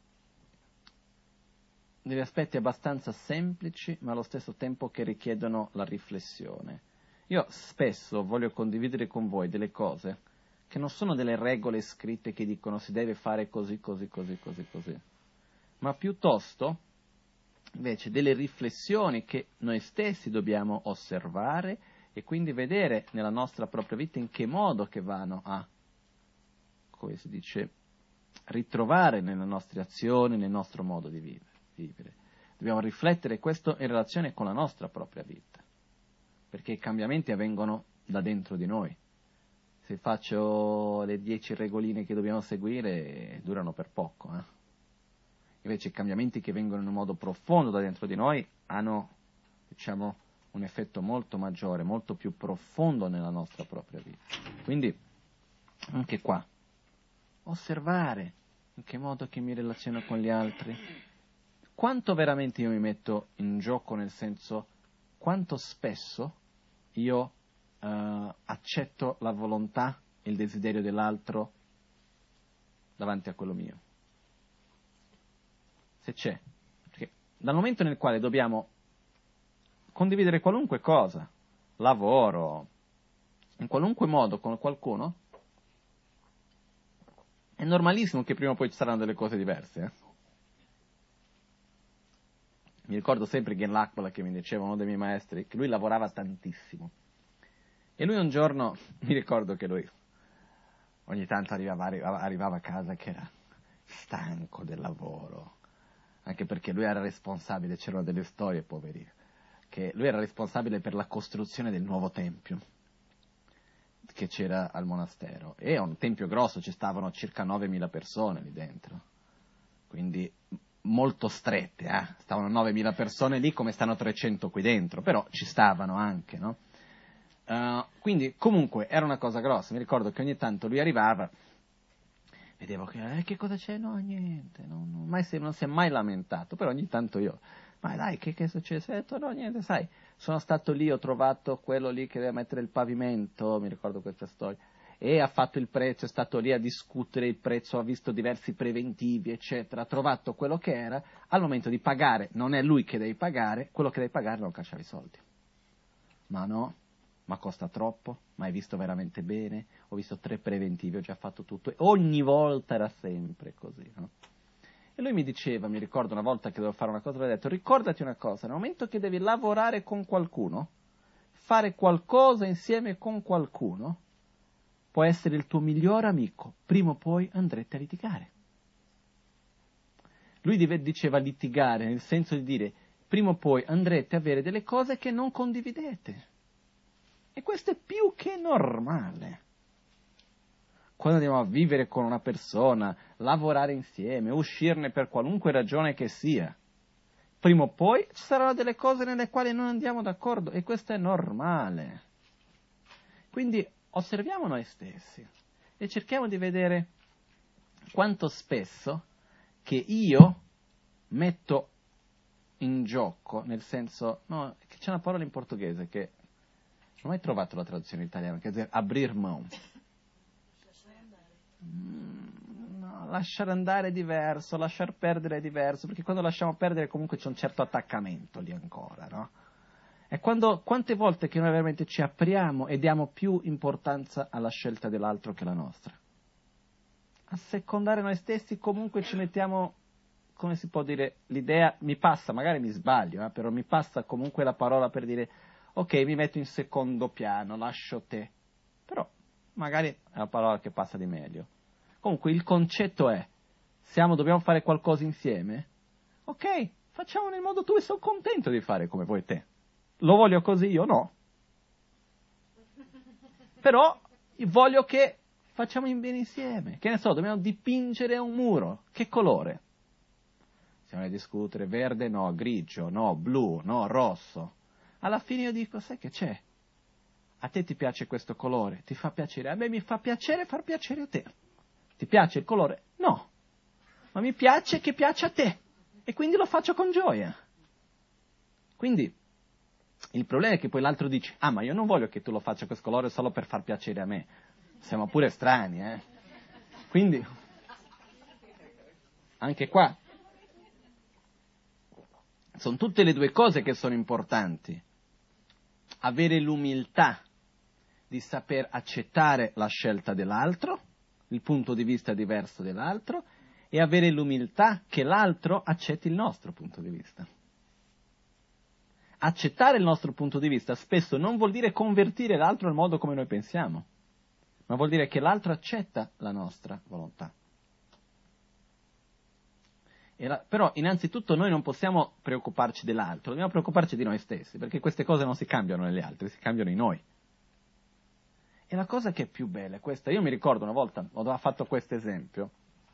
S1: degli aspetti abbastanza semplici, ma allo stesso tempo che richiedono la riflessione. Io spesso voglio condividere con voi delle cose che non sono delle regole scritte che dicono si deve fare così, così, così, così, così, ma piuttosto invece delle riflessioni che noi stessi dobbiamo osservare e quindi vedere nella nostra propria vita in che modo che vanno a, come si dice, ritrovare nelle nostre azioni, nel nostro modo di vivere. Dobbiamo riflettere questo in relazione con la nostra propria vita, perché i cambiamenti avvengono da dentro di noi. Se faccio le dieci regoline che dobbiamo seguire, durano per poco, eh? Invece i cambiamenti che vengono in un modo profondo da dentro di noi hanno, diciamo, un effetto molto maggiore, molto più profondo nella nostra propria vita. Quindi, anche qua, osservare in che modo che mi relaziono con gli altri, quanto veramente io mi metto in gioco, nel senso, quanto spesso io uh, accetto la volontà, il desiderio dell'altro davanti a quello mio. Se c'è, perché dal momento nel quale dobbiamo condividere qualunque cosa, lavoro, in qualunque modo con qualcuno, è normalissimo che prima o poi ci saranno delle cose diverse. Eh? Mi ricordo sempre Gen Lakbala che mi diceva, uno dei miei maestri, che lui lavorava tantissimo. E lui un giorno, mi ricordo che lui ogni tanto arrivava, arrivava, arrivava a casa che era stanco del lavoro, anche perché lui era responsabile, c'erano delle storie, poverino, che lui era responsabile per la costruzione del nuovo tempio che c'era al monastero. E è un tempio grosso, ci stavano circa novemila persone lì dentro, quindi molto strette, eh? Stavano novemila persone lì come stanno trecento qui dentro, però ci stavano anche, no? Uh, quindi comunque era una cosa grossa. Mi ricordo che ogni tanto lui arrivava, vedevo che, eh, che cosa c'è? No, niente, no, no, mai si, non si è mai lamentato, però ogni tanto io, ma dai, che, che è successo? Ho detto, no, niente, sai, sono stato lì, ho trovato quello lì che deve mettere il pavimento, mi ricordo questa storia, e ha fatto il prezzo, è stato lì a discutere il prezzo, ha visto diversi preventivi, eccetera, ha trovato quello che era, al momento di pagare, non è lui che devi pagare, quello che devi pagare non cacciava i soldi. Ma no. Ma costa troppo? Ma hai visto veramente bene? Ho visto tre preventivi, ho già fatto tutto. E ogni volta era sempre così, no? E lui mi diceva, mi ricordo una volta che dovevo fare una cosa, mi ha detto, ricordati una cosa, nel momento che devi lavorare con qualcuno, fare qualcosa insieme con qualcuno, può essere il tuo miglior amico, prima o poi andrete a litigare. Lui diceva litigare, nel senso di dire, prima o poi andrete a avere delle cose che non condividete. E questo è più che normale. Quando andiamo a vivere con una persona, lavorare insieme, uscirne per qualunque ragione che sia, prima o poi ci saranno delle cose nelle quali non andiamo d'accordo e questo è normale. Quindi osserviamo noi stessi e cerchiamo di vedere quanto spesso che io metto in gioco, nel senso, no, che c'è una parola in portoghese che non ho mai trovato la traduzione italiana, che è abrir mão. Mm, no, lasciare andare è diverso, lasciar perdere è diverso, perché quando lasciamo perdere comunque c'è un certo attaccamento lì ancora, no? È quando, quante volte che noi veramente ci apriamo e diamo più importanza alla scelta dell'altro che la nostra. A secondare noi stessi comunque ci mettiamo, come si può dire, l'idea, mi passa, magari mi sbaglio, eh, però mi passa comunque la parola per dire ok, mi metto in secondo piano, lascio te. Però magari è una parola che passa di meglio. Comunque il concetto è, siamo, dobbiamo fare qualcosa insieme? Ok, facciamo nel modo tuo e sono contento di fare come vuoi te. Lo voglio così, io no. Però voglio che facciamo in bene insieme. Che ne so, dobbiamo dipingere un muro. Che colore? Stiamo a discutere, verde no, grigio, no, blu, no, rosso. Alla fine io dico, sai che c'è? A te ti piace questo colore? Ti fa piacere? A me mi fa piacere far piacere a te. Ti piace il colore? No. Ma mi piace che piaccia a te. E quindi lo faccio con gioia. Quindi il problema è che poi l'altro dice, ah, ma io non voglio che tu lo faccia questo colore solo per far piacere a me. Siamo pure strani, eh? Quindi, anche qua, sono tutte le due cose che sono importanti. Avere l'umiltà di saper accettare la scelta dell'altro, il punto di vista diverso dell'altro, e avere l'umiltà che l'altro accetti il nostro punto di vista. Accettare il nostro punto di vista spesso non vuol dire convertire l'altro al modo come noi pensiamo, ma vuol dire che l'altro accetta la nostra volontà. E la, però innanzitutto noi non possiamo preoccuparci dell'altro, dobbiamo preoccuparci di noi stessi, perché queste cose non si cambiano negli altri, si cambiano in noi. E la cosa che è più bella è questa. Io mi ricordo una volta, ho fatto questo esempio.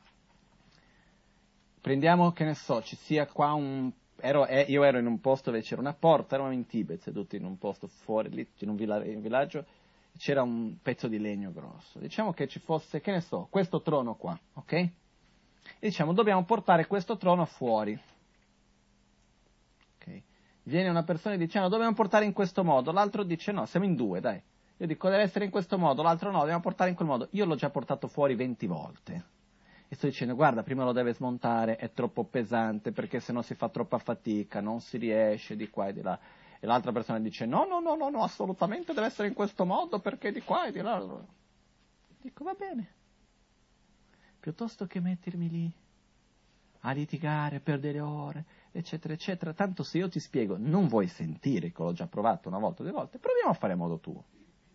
S1: Prendiamo, che ne so, ci sia qua un... Ero, eh, io ero in un posto dove c'era una porta, eravamo in Tibet, seduti in un posto fuori, lì, in un, villa, in un villaggio, c'era un pezzo di legno grosso. Diciamo che ci fosse, che ne so, questo trono qua, ok? E diciamo, dobbiamo portare questo trono fuori. Okay. Viene una persona e dice, no, dobbiamo portare in questo modo. L'altro dice, no, siamo in due, dai. Io dico, deve essere in questo modo, l'altro no, dobbiamo portare in quel modo. Io l'ho già portato fuori venti volte. E sto dicendo, guarda, prima lo deve smontare, è troppo pesante, perché sennò si fa troppa fatica, non si riesce di qua e di là. E l'altra persona dice, no, no, no, no, no, assolutamente deve essere in questo modo, perché di qua e di là. Dico, va bene. Piuttosto che mettermi lì a litigare, perdere ore, eccetera, eccetera. Tanto se io ti spiego, non vuoi sentire che l'ho già provato una volta o due volte, proviamo a fare a modo tuo.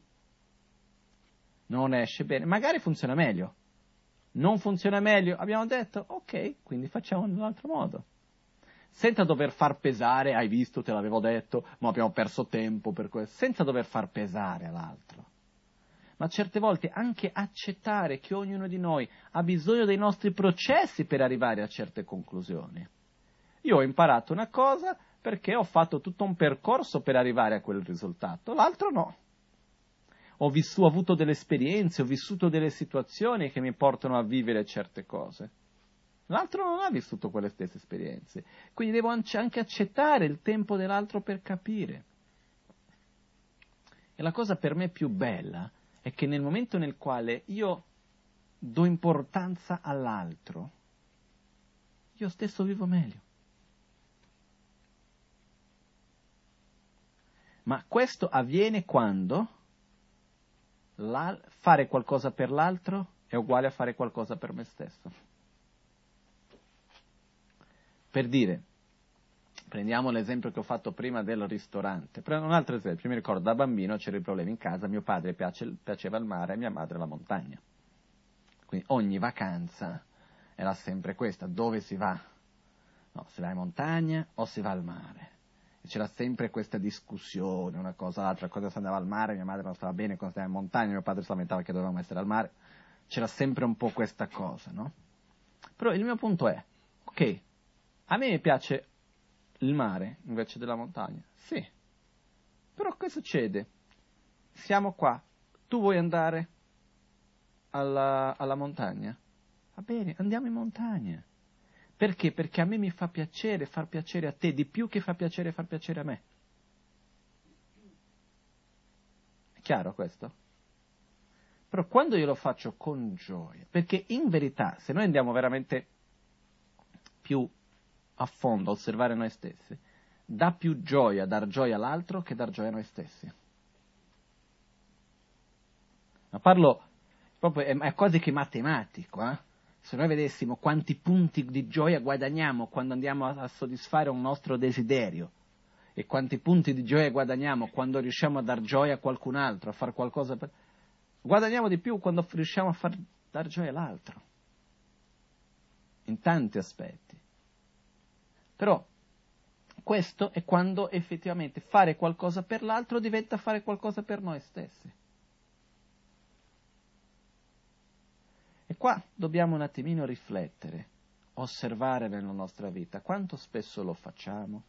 S1: Non esce bene, magari funziona meglio. Non funziona meglio, abbiamo detto, ok, quindi facciamo in un altro modo. Senza dover far pesare, hai visto, te l'avevo detto, ma abbiamo perso tempo per questo, senza dover far pesare all'altro. Ma certe volte anche accettare che ognuno di noi ha bisogno dei nostri processi per arrivare a certe conclusioni. Io ho imparato una cosa perché ho fatto tutto un percorso per arrivare a quel risultato, l'altro no. Ho, vissuto, ho avuto delle esperienze, ho vissuto delle situazioni che mi portano a vivere certe cose. L'altro non ha vissuto quelle stesse esperienze. Quindi devo anche accettare il tempo dell'altro per capire. E la cosa per me più bella è che nel momento nel quale io do importanza all'altro, io stesso vivo meglio. Ma questo avviene quando La, fare qualcosa per l'altro è uguale a fare qualcosa per me stesso. Per dire, prendiamo l'esempio che ho fatto prima del ristorante. Prendo un altro esempio. Mi ricordo, da bambino c'erano i problemi in casa, mio padre piace, piaceva il mare e mia madre la montagna. Quindi ogni vacanza era sempre questa, dove si va? No, si va in montagna o si va al mare? E c'era sempre questa discussione, una cosa l'altra, cosa si andava al mare, mia madre non stava bene quando stava in montagna, mio padre si lamentava che dovevamo essere al mare, c'era sempre un po' questa cosa, no? Però il mio punto è, ok, a me piace il mare invece della montagna, sì, però che succede? Siamo qua, tu vuoi andare alla, alla montagna? Va bene, andiamo in montagna. Perché? Perché a me mi fa piacere far piacere a te, di più che fa piacere far piacere a me. È chiaro questo? Però quando io lo faccio con gioia, perché in verità, se noi andiamo veramente più a fondo a osservare noi stessi, dà più gioia dar gioia all'altro che dar gioia a noi stessi. Ma parlo proprio, è, è quasi che matematico, eh? Se noi vedessimo quanti punti di gioia guadagniamo quando andiamo a, a soddisfare un nostro desiderio e quanti punti di gioia guadagniamo quando riusciamo a dar gioia a qualcun altro, a fare qualcosa per... Guadagniamo di più quando riusciamo a far dar gioia all'altro. In tanti aspetti. Però questo è quando effettivamente fare qualcosa per l'altro diventa fare qualcosa per noi stessi. E qua dobbiamo un attimino riflettere, osservare nella nostra vita quanto spesso lo facciamo.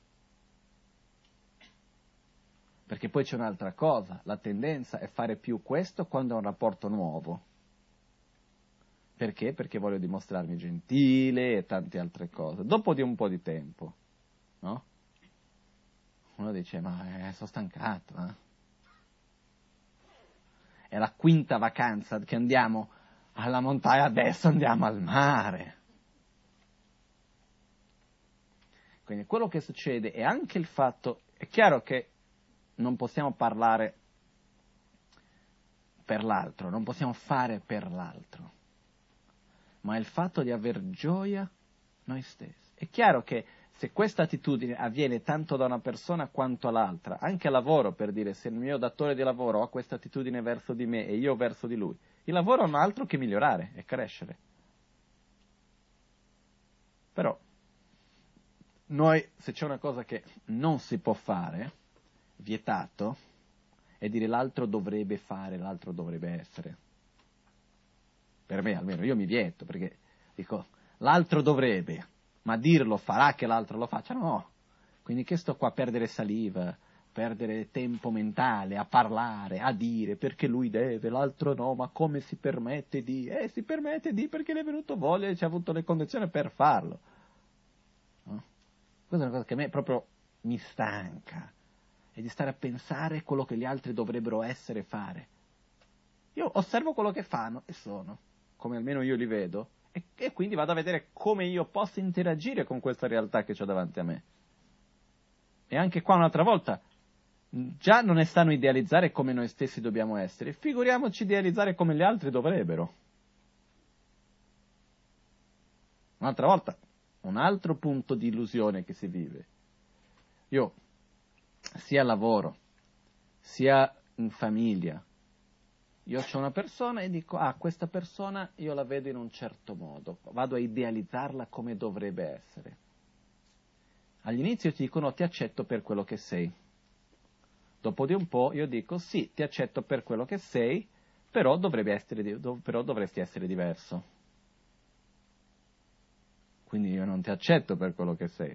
S1: Perché poi c'è un'altra cosa, la tendenza è fare più questo quando ho un rapporto nuovo. Perché? Perché voglio dimostrarmi gentile e tante altre cose. Dopo di un po' di tempo, no? Uno dice, ma eh, sono stancato, eh? È la quinta vacanza che andiamo alla montagna, adesso andiamo al mare. Quindi quello che succede è anche il fatto, è chiaro che non possiamo parlare per l'altro, non possiamo fare per l'altro, ma è il fatto di aver gioia noi stessi. È chiaro che se questa attitudine avviene tanto da una persona quanto all'altra, anche al lavoro, per dire, se il mio datore di lavoro ha questa attitudine verso di me e io verso di lui, il lavoro non ha altro che migliorare e crescere. Però noi, se c'è una cosa che non si può fare, vietato, è dire l'altro dovrebbe fare, l'altro dovrebbe essere. Per me almeno, io mi vieto, perché dico, l'altro dovrebbe, ma dirlo farà che l'altro lo faccia? No. Quindi che sto qua a perdere saliva, perdere tempo mentale, a parlare, a dire, perché lui deve, l'altro no, ma come si permette di? Eh, si permette di perché le è venuto voglia e ci ha avuto le condizioni per farlo. No? Questa è una cosa che a me proprio mi stanca, è di stare a pensare quello che gli altri dovrebbero essere e fare. Io osservo quello che fanno e sono, come almeno io li vedo, e, e quindi vado a vedere come io posso interagire con questa realtà che ho davanti a me. E anche qua un'altra volta, già non è sano idealizzare come noi stessi dobbiamo essere, figuriamoci idealizzare come gli altri dovrebbero. Un'altra volta, un altro punto di illusione che si vive. Io, sia al lavoro, sia in famiglia, io ho una persona e dico, ah, questa persona io la vedo in un certo modo, vado a idealizzarla come dovrebbe essere. All'inizio ti dicono, ti accetto per quello che sei. Dopo di un po' io dico, sì, ti accetto per quello che sei, però, dovrebbe essere, però dovresti essere diverso. Quindi io non ti accetto per quello che sei.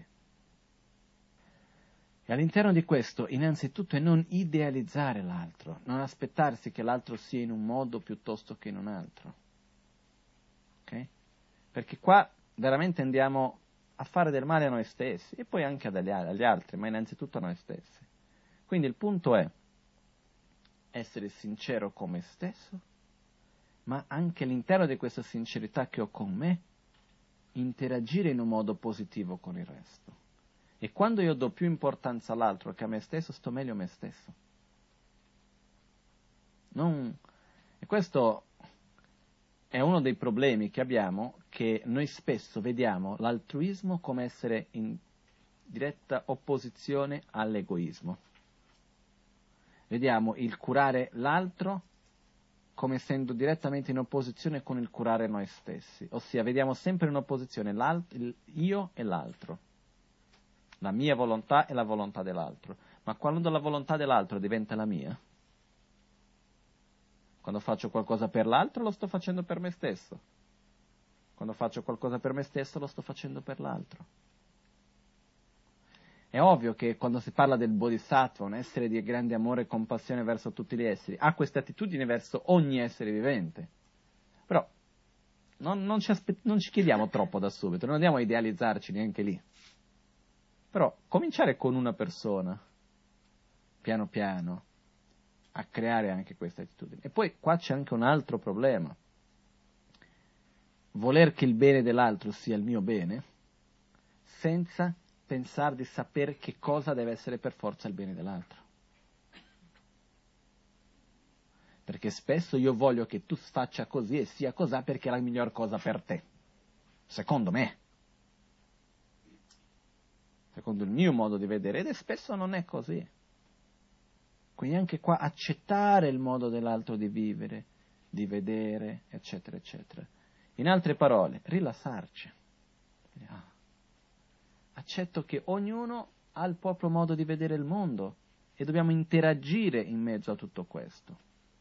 S1: E all'interno di questo, innanzitutto, è non idealizzare l'altro, non aspettarsi che l'altro sia in un modo piuttosto che in un altro. Ok? Perché qua veramente andiamo a fare del male a noi stessi, e poi anche agli altri, ma innanzitutto a noi stessi. Quindi il punto è essere sincero con me stesso, ma anche all'interno di questa sincerità che ho con me, interagire in un modo positivo con il resto. E quando io do più importanza all'altro che a me stesso, sto meglio a me stesso. Non... E questo è uno dei problemi che abbiamo, che noi spesso vediamo l'altruismo come essere in diretta opposizione all'egoismo. Vediamo il curare l'altro come essendo direttamente in opposizione con il curare noi stessi. Ossia, vediamo sempre in opposizione il io e l'altro. La mia volontà e la volontà dell'altro. Ma quando la volontà dell'altro diventa la mia, quando faccio qualcosa per l'altro lo sto facendo per me stesso. Quando faccio qualcosa per me stesso lo sto facendo per l'altro. È ovvio che quando si parla del bodhisattva, un essere di grande amore e compassione verso tutti gli esseri, ha questa attitudine verso ogni essere vivente. Però non, non, ci, aspe- non ci chiediamo troppo da subito, non andiamo a idealizzarci neanche lì. Però cominciare con una persona, piano piano, a creare anche questa attitudine. E poi qua c'è anche un altro problema. Voler che il bene dell'altro sia il mio bene, senza pensare di sapere che cosa deve essere per forza il bene dell'altro. Perché spesso io voglio che tu faccia così e sia così perché è la miglior cosa per te. Secondo me. Secondo il mio modo di vedere, ed spesso non è così. Quindi anche qua accettare il modo dell'altro di vivere, di vedere, eccetera, eccetera. In altre parole, rilassarci. Ah, accetto che ognuno ha il proprio modo di vedere il mondo e dobbiamo interagire in mezzo a tutto questo.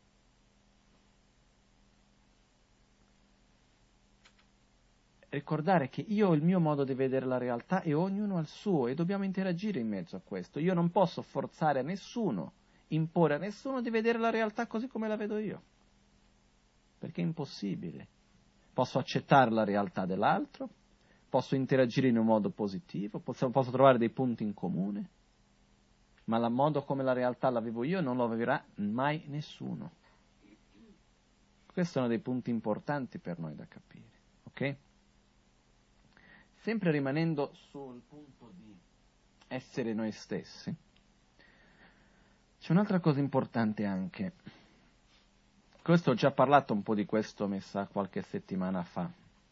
S1: Ricordare che io ho il mio modo di vedere la realtà e ognuno ha il suo e dobbiamo interagire in mezzo a questo. Io non posso forzare a nessuno, imporre a nessuno di vedere la realtà così come la vedo io, perché è impossibile. Posso accettare la realtà dell'altro, posso interagire in un modo positivo, posso, posso trovare dei punti in comune, ma il modo come la realtà la vivo io non lo vivrà mai nessuno. Questi sono dei punti importanti per noi da capire, ok? Sempre rimanendo sul punto di essere noi stessi, c'è un'altra cosa importante anche. Questo ho già parlato un po' di questo, mi sa, qualche settimana fa,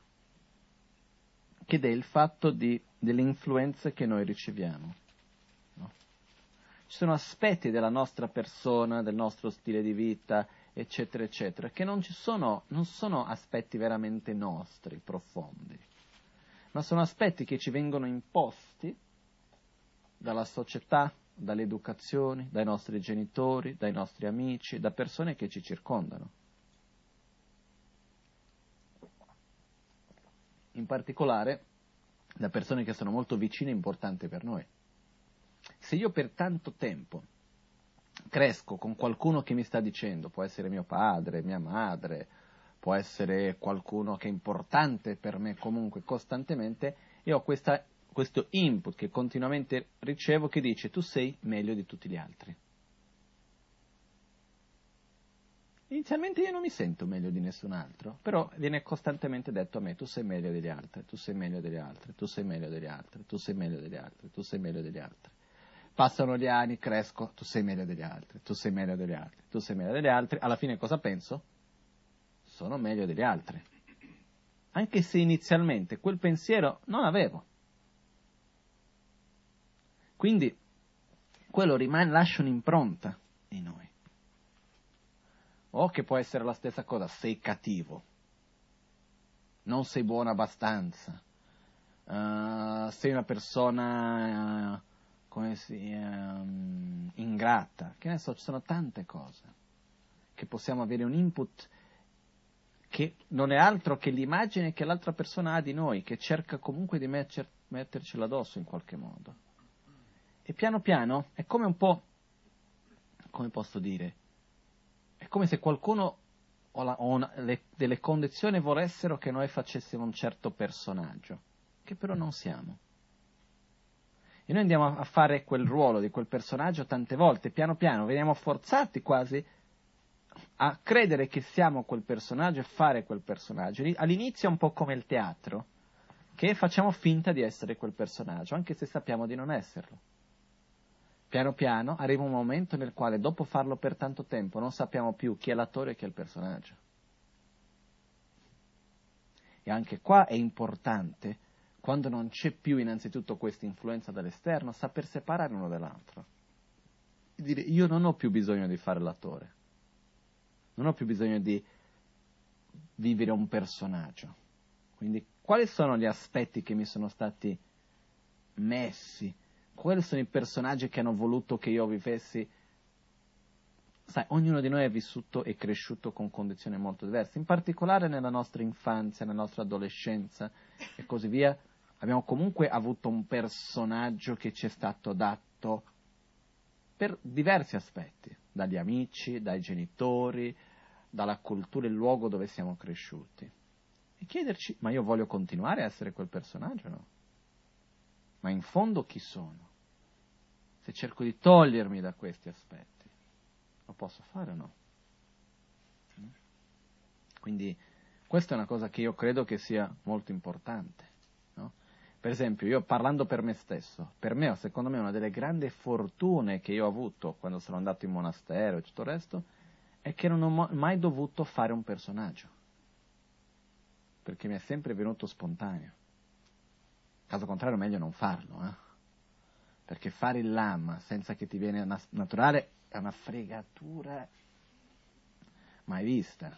S1: che è il fatto di, delle influenze che noi riceviamo. No? Ci sono aspetti della nostra persona, del nostro stile di vita, eccetera, eccetera, che non ci sono, non sono aspetti veramente nostri, profondi, ma sono aspetti che ci vengono imposti dalla società, dalle educazioni, dai nostri genitori, dai nostri amici, da persone che ci circondano. In particolare da persone che sono molto vicine e importanti per noi. Se io per tanto tempo cresco con qualcuno che mi sta dicendo, può essere mio padre, mia madre, può essere qualcuno che è importante per me comunque costantemente, io ho questa, questo input che continuamente ricevo che dice tu sei meglio di tutti gli altri. Inizialmente io non mi sento meglio di nessun altro, però viene costantemente detto a me tu sei meglio degli altri, tu sei meglio degli altri, tu sei meglio degli altri, tu sei meglio degli altri, tu sei meglio degli altri. Passano gli anni, cresco, tu sei meglio degli altri, tu sei meglio degli altri, tu sei meglio degli altri, alla fine cosa penso? Sono meglio degli altri. Anche se inizialmente quel pensiero non avevo. Quindi quello rimane, lascia un'impronta in noi. O che può essere la stessa cosa, sei cattivo, non sei buono abbastanza, uh, sei una persona, uh, come si, uh, ingrata, che ne so, ci sono tante cose, che possiamo avere un input che non è altro che l'immagine che l'altra persona ha di noi, che cerca comunque di metter, mettercela addosso in qualche modo. E piano piano è come un po', come posso dire, è come se qualcuno o, la, o una, le, delle condizioni volessero che noi facessimo un certo personaggio, che però non siamo. E noi andiamo a fare quel ruolo di quel personaggio tante volte, piano piano, veniamo forzati quasi a credere che siamo quel personaggio e fare quel personaggio. All'inizio è un po' come il teatro, che facciamo finta di essere quel personaggio, anche se sappiamo di non esserlo. Piano piano arriva un momento nel quale dopo farlo per tanto tempo non sappiamo più chi è l'attore e chi è il personaggio. E anche qua è importante, quando non c'è più innanzitutto questa influenza dall'esterno, saper separare uno dall'altro. E dire io non ho più bisogno di fare l'attore, non ho più bisogno di vivere un personaggio. Quindi quali sono gli aspetti che mi sono stati messi? Quali sono i personaggi che hanno voluto che io vivessi? Sai, ognuno di noi è vissuto e cresciuto con condizioni molto diverse, in particolare nella nostra infanzia, nella nostra adolescenza e così via. Abbiamo comunque avuto un personaggio che ci è stato dato per diversi aspetti, dagli amici, dai genitori, dalla cultura e il luogo dove siamo cresciuti. E chiederci, ma io voglio continuare a essere quel personaggio, no? Ma in fondo chi sono? Se cerco di togliermi da questi aspetti, lo posso fare o no? Quindi questa è una cosa che io credo che sia molto importante, no? Per esempio, io parlando per me stesso, per me, secondo me, una delle grandi fortune che io ho avuto quando sono andato in monastero e tutto il resto, è che non ho mai dovuto fare un personaggio, perché mi è sempre venuto spontaneo. Caso contrario, meglio non farlo, eh? Perché fare il lama senza che ti viene naturale è una fregatura mai vista.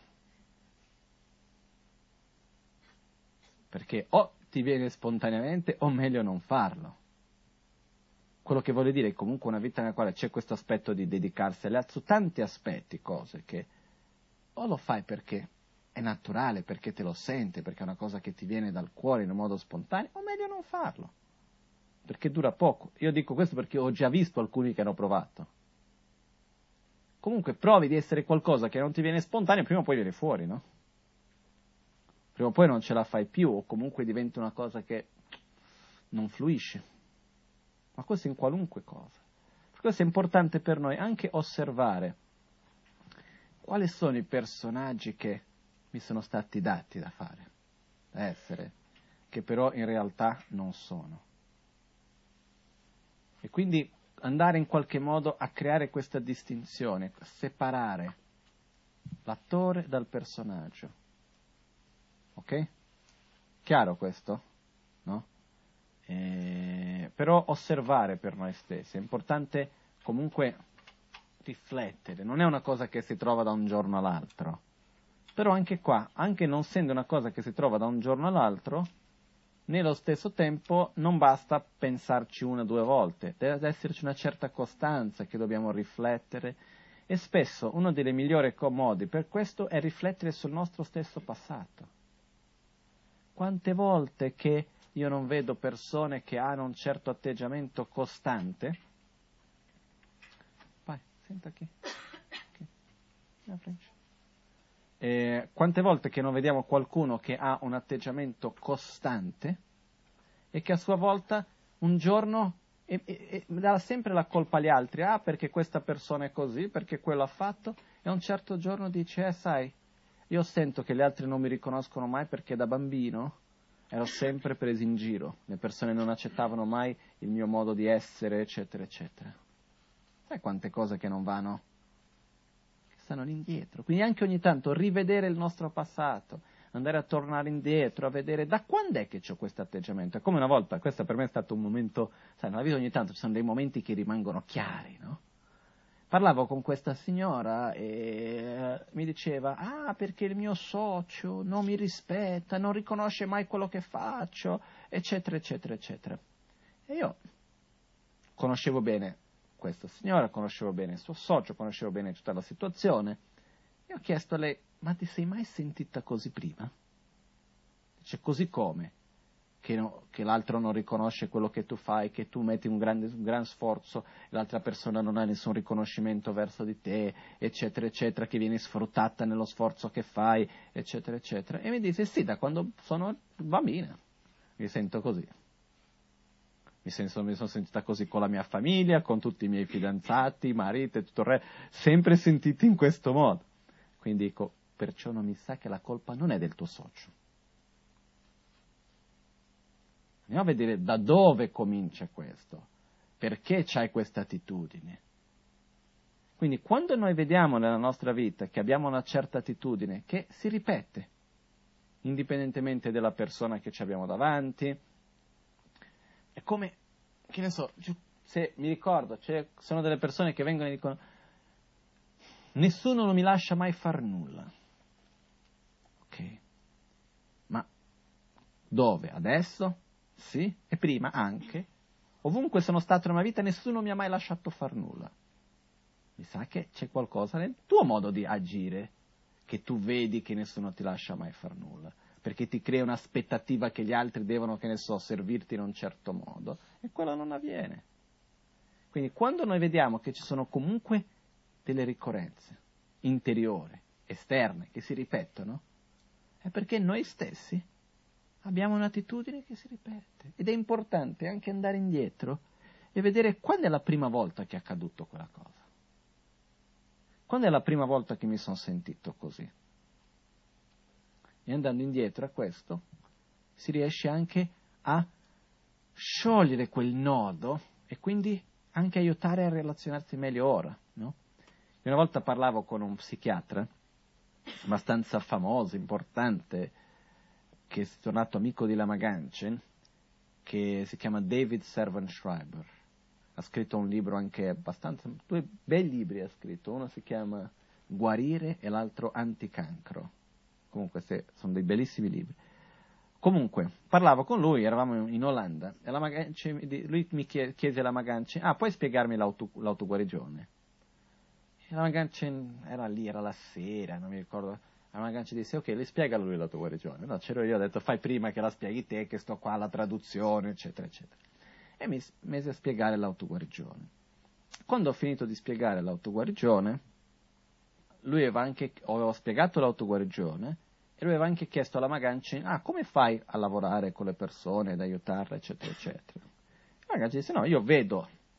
S1: Perché o ti viene spontaneamente o meglio non farlo. Quello che voglio dire è comunque una vita nella quale c'è questo aspetto di dedicarsi alle altre, su tanti aspetti, cose che o lo fai perché è naturale, perché te lo sente, perché è una cosa che ti viene dal cuore in un modo spontaneo, o meglio non farlo, perché dura poco. Io dico questo perché ho già visto alcuni che hanno provato. Comunque provi di essere qualcosa che non ti viene spontaneo, prima o poi viene fuori, no? Prima o poi non ce la fai più, o comunque diventa una cosa che non fluisce. Ma questo in qualunque cosa. Per questo è importante per noi anche osservare quali sono i personaggi che mi sono stati dati da fare, da essere, che però in realtà non sono. E quindi andare in qualche modo a creare questa distinzione, separare l'attore dal personaggio. Ok? Chiaro questo? No? Eh, però osservare per noi stessi, è importante comunque riflettere, non è una cosa che si trova da un giorno all'altro, però anche qua, anche non essendo una cosa che si trova da un giorno all'altro, nello stesso tempo non basta pensarci una o due volte, deve esserci una certa costanza che dobbiamo riflettere, e spesso uno dei migliori modi per questo è riflettere sul nostro stesso passato. Quante volte che io non vedo persone che hanno un certo atteggiamento costante? Vai, senta qui. Qui. No, eh, quante volte che non vediamo qualcuno che ha un atteggiamento costante e che a sua volta un giorno e, e, e dà sempre la colpa agli altri, ah perché questa persona è così, perché quello ha fatto, e a un certo giorno dice, eh sai, io sento che gli altri non mi riconoscono mai perché da bambino ero sempre preso in giro, le persone non accettavano mai il mio modo di essere, eccetera, eccetera. Sai quante cose che non vanno? Che stanno indietro. Quindi anche ogni tanto rivedere il nostro passato, andare a tornare indietro, a vedere da quando è che ho questo atteggiamento. È come una volta, questo per me è stato un momento, sai, nella vita ogni tanto ci sono dei momenti che rimangono chiari, no? Parlavo con questa signora e mi diceva, ah, perché il mio socio non mi rispetta, non riconosce mai quello che faccio, eccetera, eccetera, eccetera. E io conoscevo bene questa signora, conoscevo bene il suo socio, conoscevo bene tutta la situazione, e ho chiesto a lei, ma ti sei mai sentita così prima? Dice, così come? Che, no, che l'altro non riconosce quello che tu fai, che tu metti un, grande, un gran sforzo, l'altra persona non ha nessun riconoscimento verso di te, eccetera, eccetera, che vieni sfruttata nello sforzo che fai, eccetera, eccetera. E mi dice, sì, da quando sono bambina mi sento così. Mi, senso, mi sono sentita così con la mia famiglia, con tutti i miei fidanzati, mariti e tutto il resto, sempre sentiti in questo modo. Quindi dico, perciò non mi sa che la colpa non è del tuo socio. Andiamo a vedere da dove comincia questo, perché c'hai questa attitudine. Quindi quando noi vediamo nella nostra vita che abbiamo una certa attitudine che si ripete, indipendentemente dalla persona che ci abbiamo davanti, è come, che ne so, se mi ricordo, cioè, sono delle persone che vengono e dicono, nessuno non mi lascia mai far nulla. Ok, ma dove? Adesso? Sì, e prima anche. Ovunque sono stato nella vita nessuno mi ha mai lasciato far nulla. Mi sa che c'è qualcosa nel tuo modo di agire che tu vedi che nessuno ti lascia mai far nulla, perché ti crea un'aspettativa che gli altri devono, che ne so, servirti in un certo modo, e quello non avviene. Quindi quando noi vediamo che ci sono comunque delle ricorrenze interiori, esterne, che si ripetono, è perché noi stessi abbiamo un'attitudine che si ripete, ed è importante anche andare indietro e vedere quando è la prima volta che è accaduto quella cosa. Quando è la prima volta che mi sono sentito così? E andando indietro a questo si riesce anche a sciogliere quel nodo e quindi anche aiutare a relazionarsi meglio ora, no? Una volta parlavo con un psichiatra abbastanza famoso, importante, che è tornato amico di Lama Ganchen, che si chiama David Servan Schreiber. Ha scritto un libro anche abbastanza, due bei libri ha scritto, uno si chiama Guarire e l'altro Anticancro. Comunque sono dei bellissimi libri. Comunque, parlavo con lui, eravamo in Olanda, e Lama Ganchen, lui mi chiese a Lama Ganchen, ah, puoi spiegarmi l'auto, l'autoguarigione? E Lama Ganchen era lì, era la sera, non mi ricordo. Lama Ganchen disse, ok, le spiega lui l'autoguarigione. No, c'ero io, ho detto, fai prima che la spieghi te, che sto qua alla traduzione, eccetera, eccetera. E mi mise a spiegare l'autoguarigione. Quando ho finito di spiegare l'autoguarigione, lui aveva anche, avevo spiegato l'autoguarigione, e lui aveva anche chiesto alla Lama Ganchen, ah, come fai a lavorare con le persone, ad aiutarle, eccetera, eccetera. La Lama Ganchen disse, no, io vedo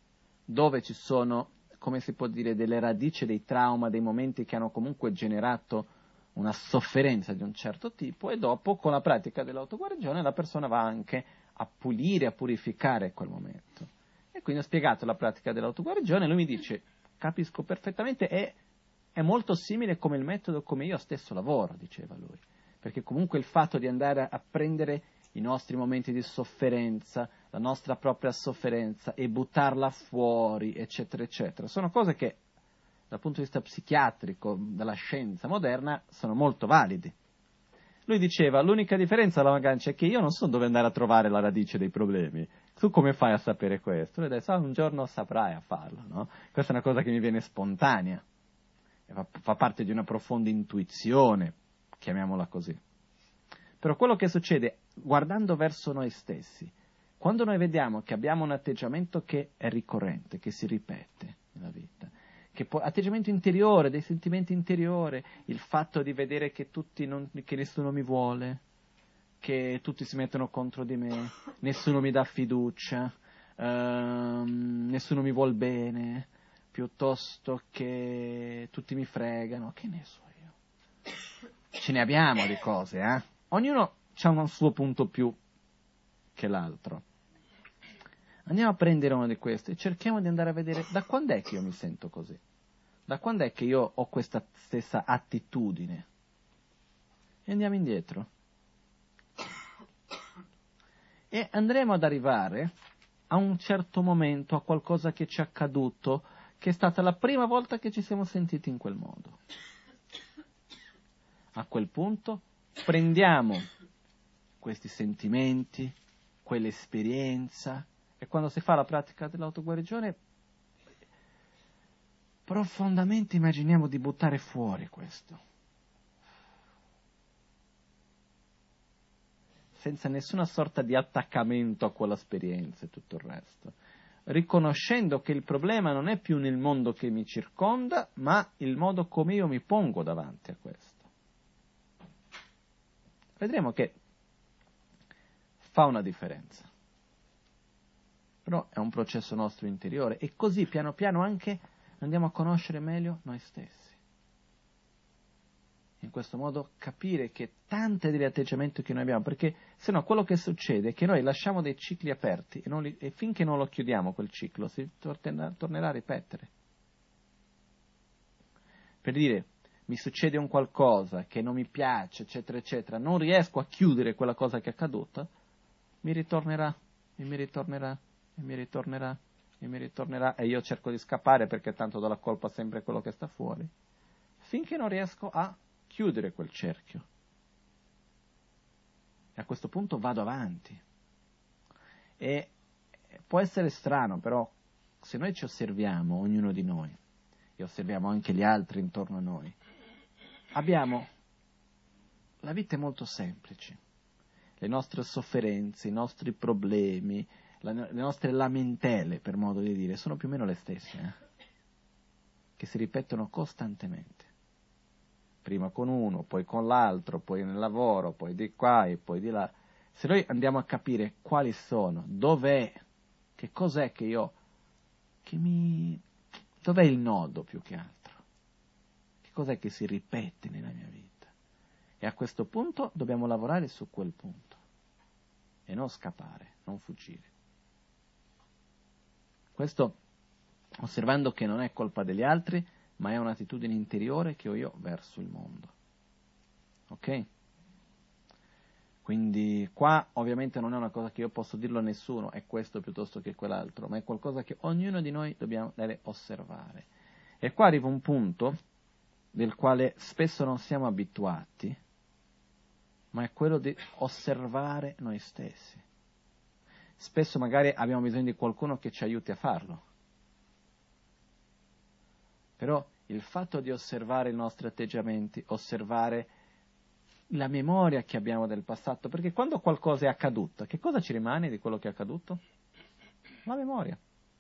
S1: dove ci sono, come si può dire, delle radici dei trauma, dei momenti che hanno comunque generato una sofferenza di un certo tipo, e dopo con la pratica dell'autoguarigione la persona va anche a pulire, a purificare quel momento. E quindi ho spiegato la pratica dell'autoguarigione e lui mi dice, capisco perfettamente, è, è molto simile come il metodo come io stesso lavoro, diceva lui, perché comunque il fatto di andare a prendere i nostri momenti di sofferenza, la nostra propria sofferenza e buttarla fuori, eccetera, eccetera, sono cose che dal punto di vista psichiatrico, della scienza moderna, sono molto validi. Lui diceva, l'unica differenza alla Magancia è che io non so dove andare a trovare la radice dei problemi. Tu come fai a sapere questo? Lui dice, ah, un giorno saprai a farlo, no? Questa è una cosa che mi viene spontanea, fa, fa parte di una profonda intuizione, chiamiamola così. Però quello che succede, guardando verso noi stessi, quando noi vediamo che abbiamo un atteggiamento che è ricorrente, che si ripete nella vita, che può, atteggiamento interiore, dei sentimenti interiori, il fatto di vedere che tutti non, che nessuno mi vuole, che tutti si mettono contro di me, nessuno mi dà fiducia, ehm, nessuno mi vuol bene, piuttosto che tutti mi fregano, che ne so io. Ce ne abbiamo di cose, eh? Ognuno ha un suo punto più che l'altro. Andiamo a prendere uno di questi e cerchiamo di andare a vedere da quando è che io mi sento così, da quando è che io ho questa stessa attitudine. E andiamo indietro. E andremo ad arrivare a un certo momento, a qualcosa che ci è accaduto, che è stata la prima volta che ci siamo sentiti in quel modo. A quel punto prendiamo questi sentimenti, quell'esperienza, e quando si fa la pratica dell'autoguarigione, profondamente immaginiamo di buttare fuori questo, senza nessuna sorta di attaccamento a quell'esperienza e tutto il resto, riconoscendo che il problema non è più nel mondo che mi circonda, ma il modo come io mi pongo davanti a questo. Vedremo che fa una differenza. Però è un processo nostro interiore e così piano piano anche andiamo a conoscere meglio noi stessi. In questo modo capire che tante degli atteggiamenti che noi abbiamo, perché se no quello che succede è che noi lasciamo dei cicli aperti e, non li, e finché non lo chiudiamo quel ciclo si tornerà, tornerà a ripetere. Per dire, mi succede un qualcosa che non mi piace, eccetera, eccetera, non riesco a chiudere quella cosa che è accaduta, mi ritornerà, e mi ritornerà, e mi ritornerà, e mi ritornerà, e io cerco di scappare perché tanto do la colpa sempre a quello che sta fuori, finché non riesco a chiudere quel cerchio. E a questo punto vado avanti. E può essere strano, però, se noi ci osserviamo, ognuno di noi, e osserviamo anche gli altri intorno a noi, abbiamo, la vita è molto semplice. Le nostre sofferenze, i nostri problemi, la, le nostre lamentele, per modo di dire, sono più o meno le stesse, eh? Che si ripetono costantemente. Prima con uno, poi con l'altro, poi nel lavoro, poi di qua e poi di là. Se noi andiamo a capire quali sono, dov'è, che cos'è che io, che mi, dov'è il nodo più che altro? Che cos'è che si ripete nella mia vita? E a questo punto dobbiamo lavorare su quel punto e non scappare, non fuggire. Questo osservando che non è colpa degli altri, ma è un'attitudine interiore che ho io verso il mondo. Ok? Quindi qua ovviamente non è una cosa che io posso dirlo a nessuno, è questo piuttosto che quell'altro, ma è qualcosa che ognuno di noi dobbiamo, deve osservare. E qua arriva un punto del quale spesso non siamo abituati, ma è quello di osservare noi stessi. Spesso magari abbiamo bisogno di qualcuno che ci aiuti a farlo. Però il fatto di osservare i nostri atteggiamenti, osservare la memoria che abbiamo del passato, perché quando qualcosa è accaduto, che cosa ci rimane di quello che è accaduto? La memoria.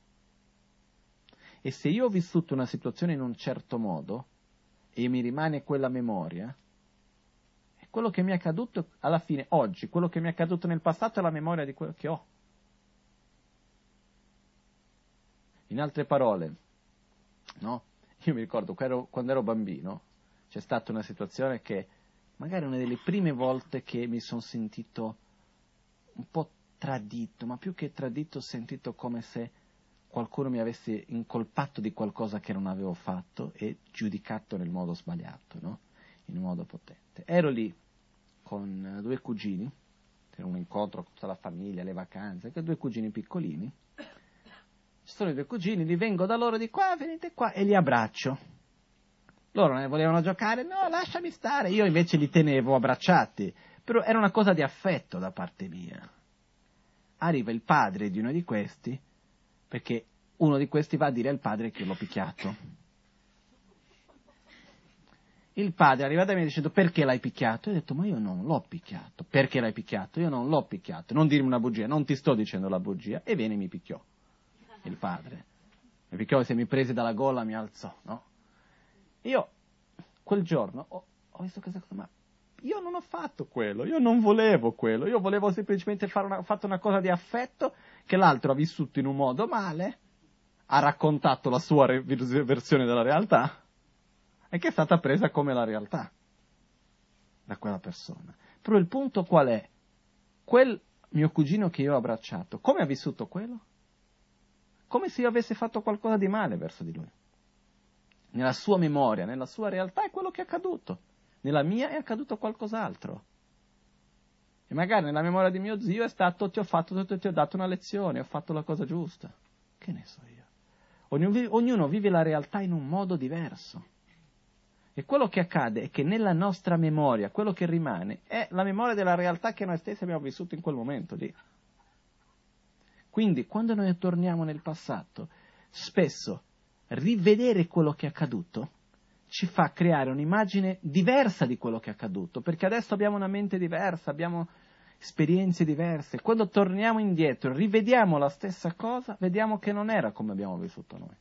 S1: E se io ho vissuto una situazione in un certo modo e mi rimane quella memoria, è quello che mi è accaduto alla fine, oggi, quello che mi è accaduto nel passato è la memoria di quello che ho. In altre parole, no? Io mi ricordo quando ero, quando ero bambino, c'è stata una situazione che magari una delle prime volte che mi sono sentito un po' tradito, ma più che tradito ho sentito come se qualcuno mi avesse incolpato di qualcosa che non avevo fatto e giudicato nel modo sbagliato, no? In un modo potente. Ero lì con due cugini, c'era un incontro con tutta la famiglia, le vacanze, con due cugini piccolini. Ci sono i due cugini, li vengo da loro di qua, venite qua, e li abbraccio. Loro ne volevano giocare, no, lasciami stare. Io invece li tenevo abbracciati, però era una cosa di affetto da parte mia. Arriva il padre di uno di questi, perché uno di questi va a dire al padre che l'ho picchiato. Il padre arriva da me dicendo: perché l'hai picchiato? Io ho detto: ma io non l'ho picchiato. Perché l'hai picchiato? Io non l'ho picchiato. Non dirmi una bugia, non ti sto dicendo la bugia. E viene e mi picchiò. Il padre. Mi picchiò e se mi prese dalla gola mi alzò, no? Io, quel giorno, ho, ho visto questa cosa, ma io non ho fatto quello, io non volevo quello, io volevo semplicemente fare una, fatto una cosa di affetto che l'altro ha vissuto in un modo male, ha raccontato la sua re- versione della realtà e che è stata presa come la realtà da quella persona. Però il punto qual è? Quel mio cugino che io ho abbracciato, come ha vissuto quello? Come se io avessi fatto qualcosa di male verso di lui. Nella sua memoria, nella sua realtà è quello che è accaduto. Nella mia è accaduto qualcos'altro. E magari nella memoria di mio zio è stato: ti ho fatto, ti ho dato una lezione, ho fatto la cosa giusta. Che ne so io. Ognuno, ognuno vive la realtà in un modo diverso. E quello che accade è che nella nostra memoria, quello che rimane è la memoria della realtà che noi stessi abbiamo vissuto in quel momento lì. Quindi quando noi torniamo nel passato, spesso rivedere quello che è accaduto ci fa creare un'immagine diversa di quello che è accaduto, perché adesso abbiamo una mente diversa, abbiamo esperienze diverse. Quando torniamo indietro, rivediamo la stessa cosa, vediamo che non era come abbiamo vissuto noi.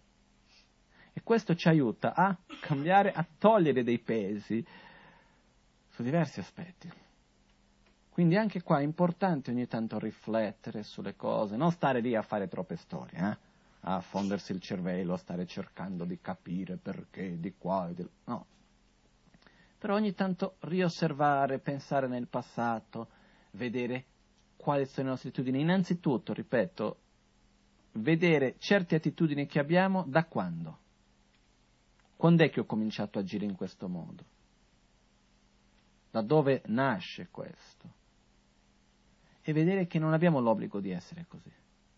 S1: E questo ci aiuta a cambiare, a togliere dei pesi su diversi aspetti. Quindi anche qua è importante ogni tanto riflettere sulle cose, non stare lì a fare troppe storie, eh? A fondersi il cervello, a stare cercando di capire perché, di qua e di là. No. Però ogni tanto riosservare, pensare nel passato, vedere quali sono le nostre attitudini. Innanzitutto, ripeto, vedere certe attitudini che abbiamo da quando. Quando è che ho cominciato a agire in questo modo? Da dove nasce questo? E vedere che non abbiamo l'obbligo di essere così,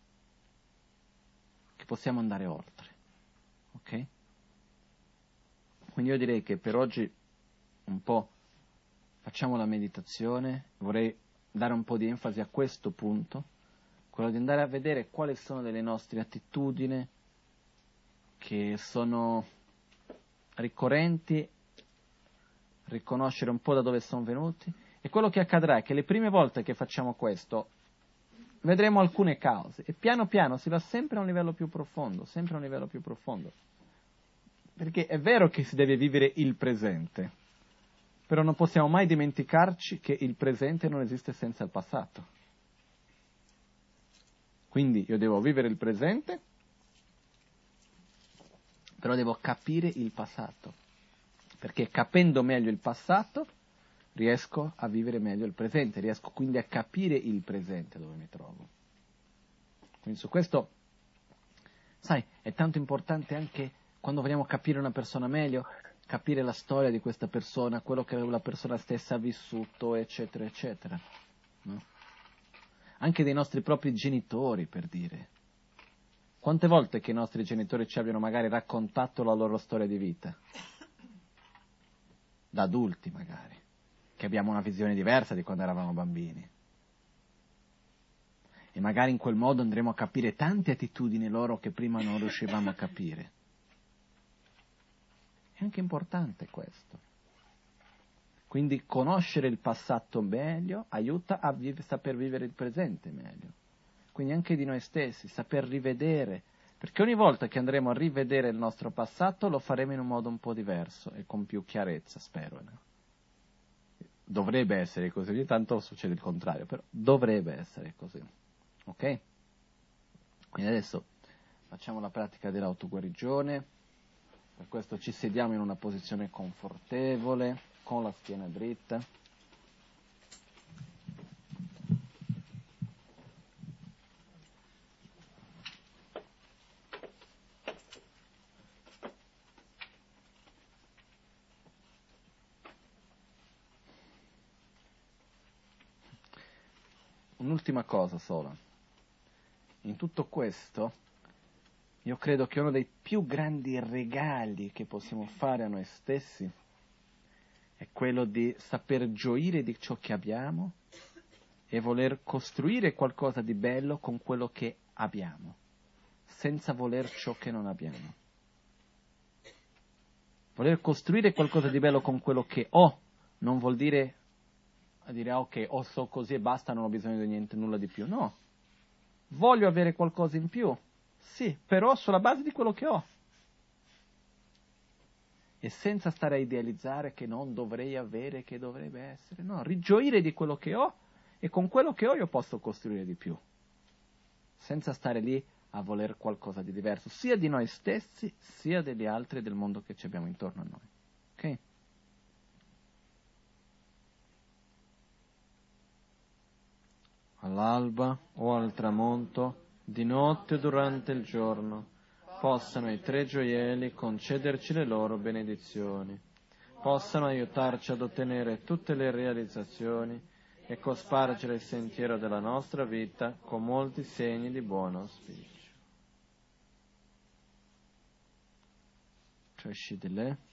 S1: che possiamo andare oltre, ok? Quindi io direi che per oggi un po' facciamo la meditazione, vorrei dare un po' di enfasi a questo punto, quello di andare a vedere quali sono delle nostre attitudini che sono ricorrenti, riconoscere un po' da dove sono venuti. E quello che accadrà è che le prime volte che facciamo questo vedremo alcune cause e piano piano si va sempre a un livello più profondo, sempre a un livello più profondo. Perché è vero che si deve vivere il presente, però non possiamo mai dimenticarci che il presente non esiste senza il passato. Quindi io devo vivere il presente, però devo capire il passato, perché capendo meglio il passato riesco a vivere meglio il presente, riesco quindi a capire il presente dove mi trovo. Quindi su questo, sai, è tanto importante anche quando vogliamo capire una persona meglio, capire la storia di questa persona, quello che la persona stessa ha vissuto, eccetera, eccetera. No? Anche dei nostri propri genitori, per dire. Quante volte che i nostri genitori ci abbiano magari raccontato la loro storia di vita? Da adulti magari. Che abbiamo una visione diversa di quando eravamo bambini. E magari in quel modo andremo a capire tante attitudini loro che prima non riuscivamo a capire. È anche importante questo. Quindi conoscere il passato meglio aiuta a vive, saper vivere il presente meglio. Quindi anche di noi stessi, saper rivedere. Perché ogni volta che andremo a rivedere il nostro passato lo faremo in un modo un po' diverso e con più chiarezza, spero. No? Dovrebbe essere così, ogni tanto succede il contrario, però dovrebbe essere così, ok? Quindi adesso Facciamo la pratica dell'autoguarigione, per questo ci sediamo in una posizione confortevole, con la schiena dritta. Un'ultima cosa sola. In tutto questo, io credo che uno dei più grandi regali che possiamo fare a noi stessi è quello di saper gioire di ciò che abbiamo e voler costruire qualcosa di bello con quello che abbiamo, senza voler ciò che non abbiamo. Voler costruire qualcosa di bello con quello che ho non vuol dire a dire ah, ok, ho so così e basta, non ho bisogno di niente, nulla di più. No, voglio avere qualcosa in più, sì, però sulla base di quello che ho. E senza stare a idealizzare che non dovrei avere, che dovrebbe essere. No, rigioire di quello che ho e con quello che ho io posso costruire di più. Senza stare lì a voler qualcosa di diverso, sia di noi stessi, sia degli altri e del mondo che ci abbiamo intorno a noi. Ok? All'alba o al tramonto, di notte o durante il giorno, possano i tre gioielli concederci le loro benedizioni, possano aiutarci ad ottenere tutte le realizzazioni e cospargere il sentiero della nostra vita con molti segni di buon auspicio. Cioè,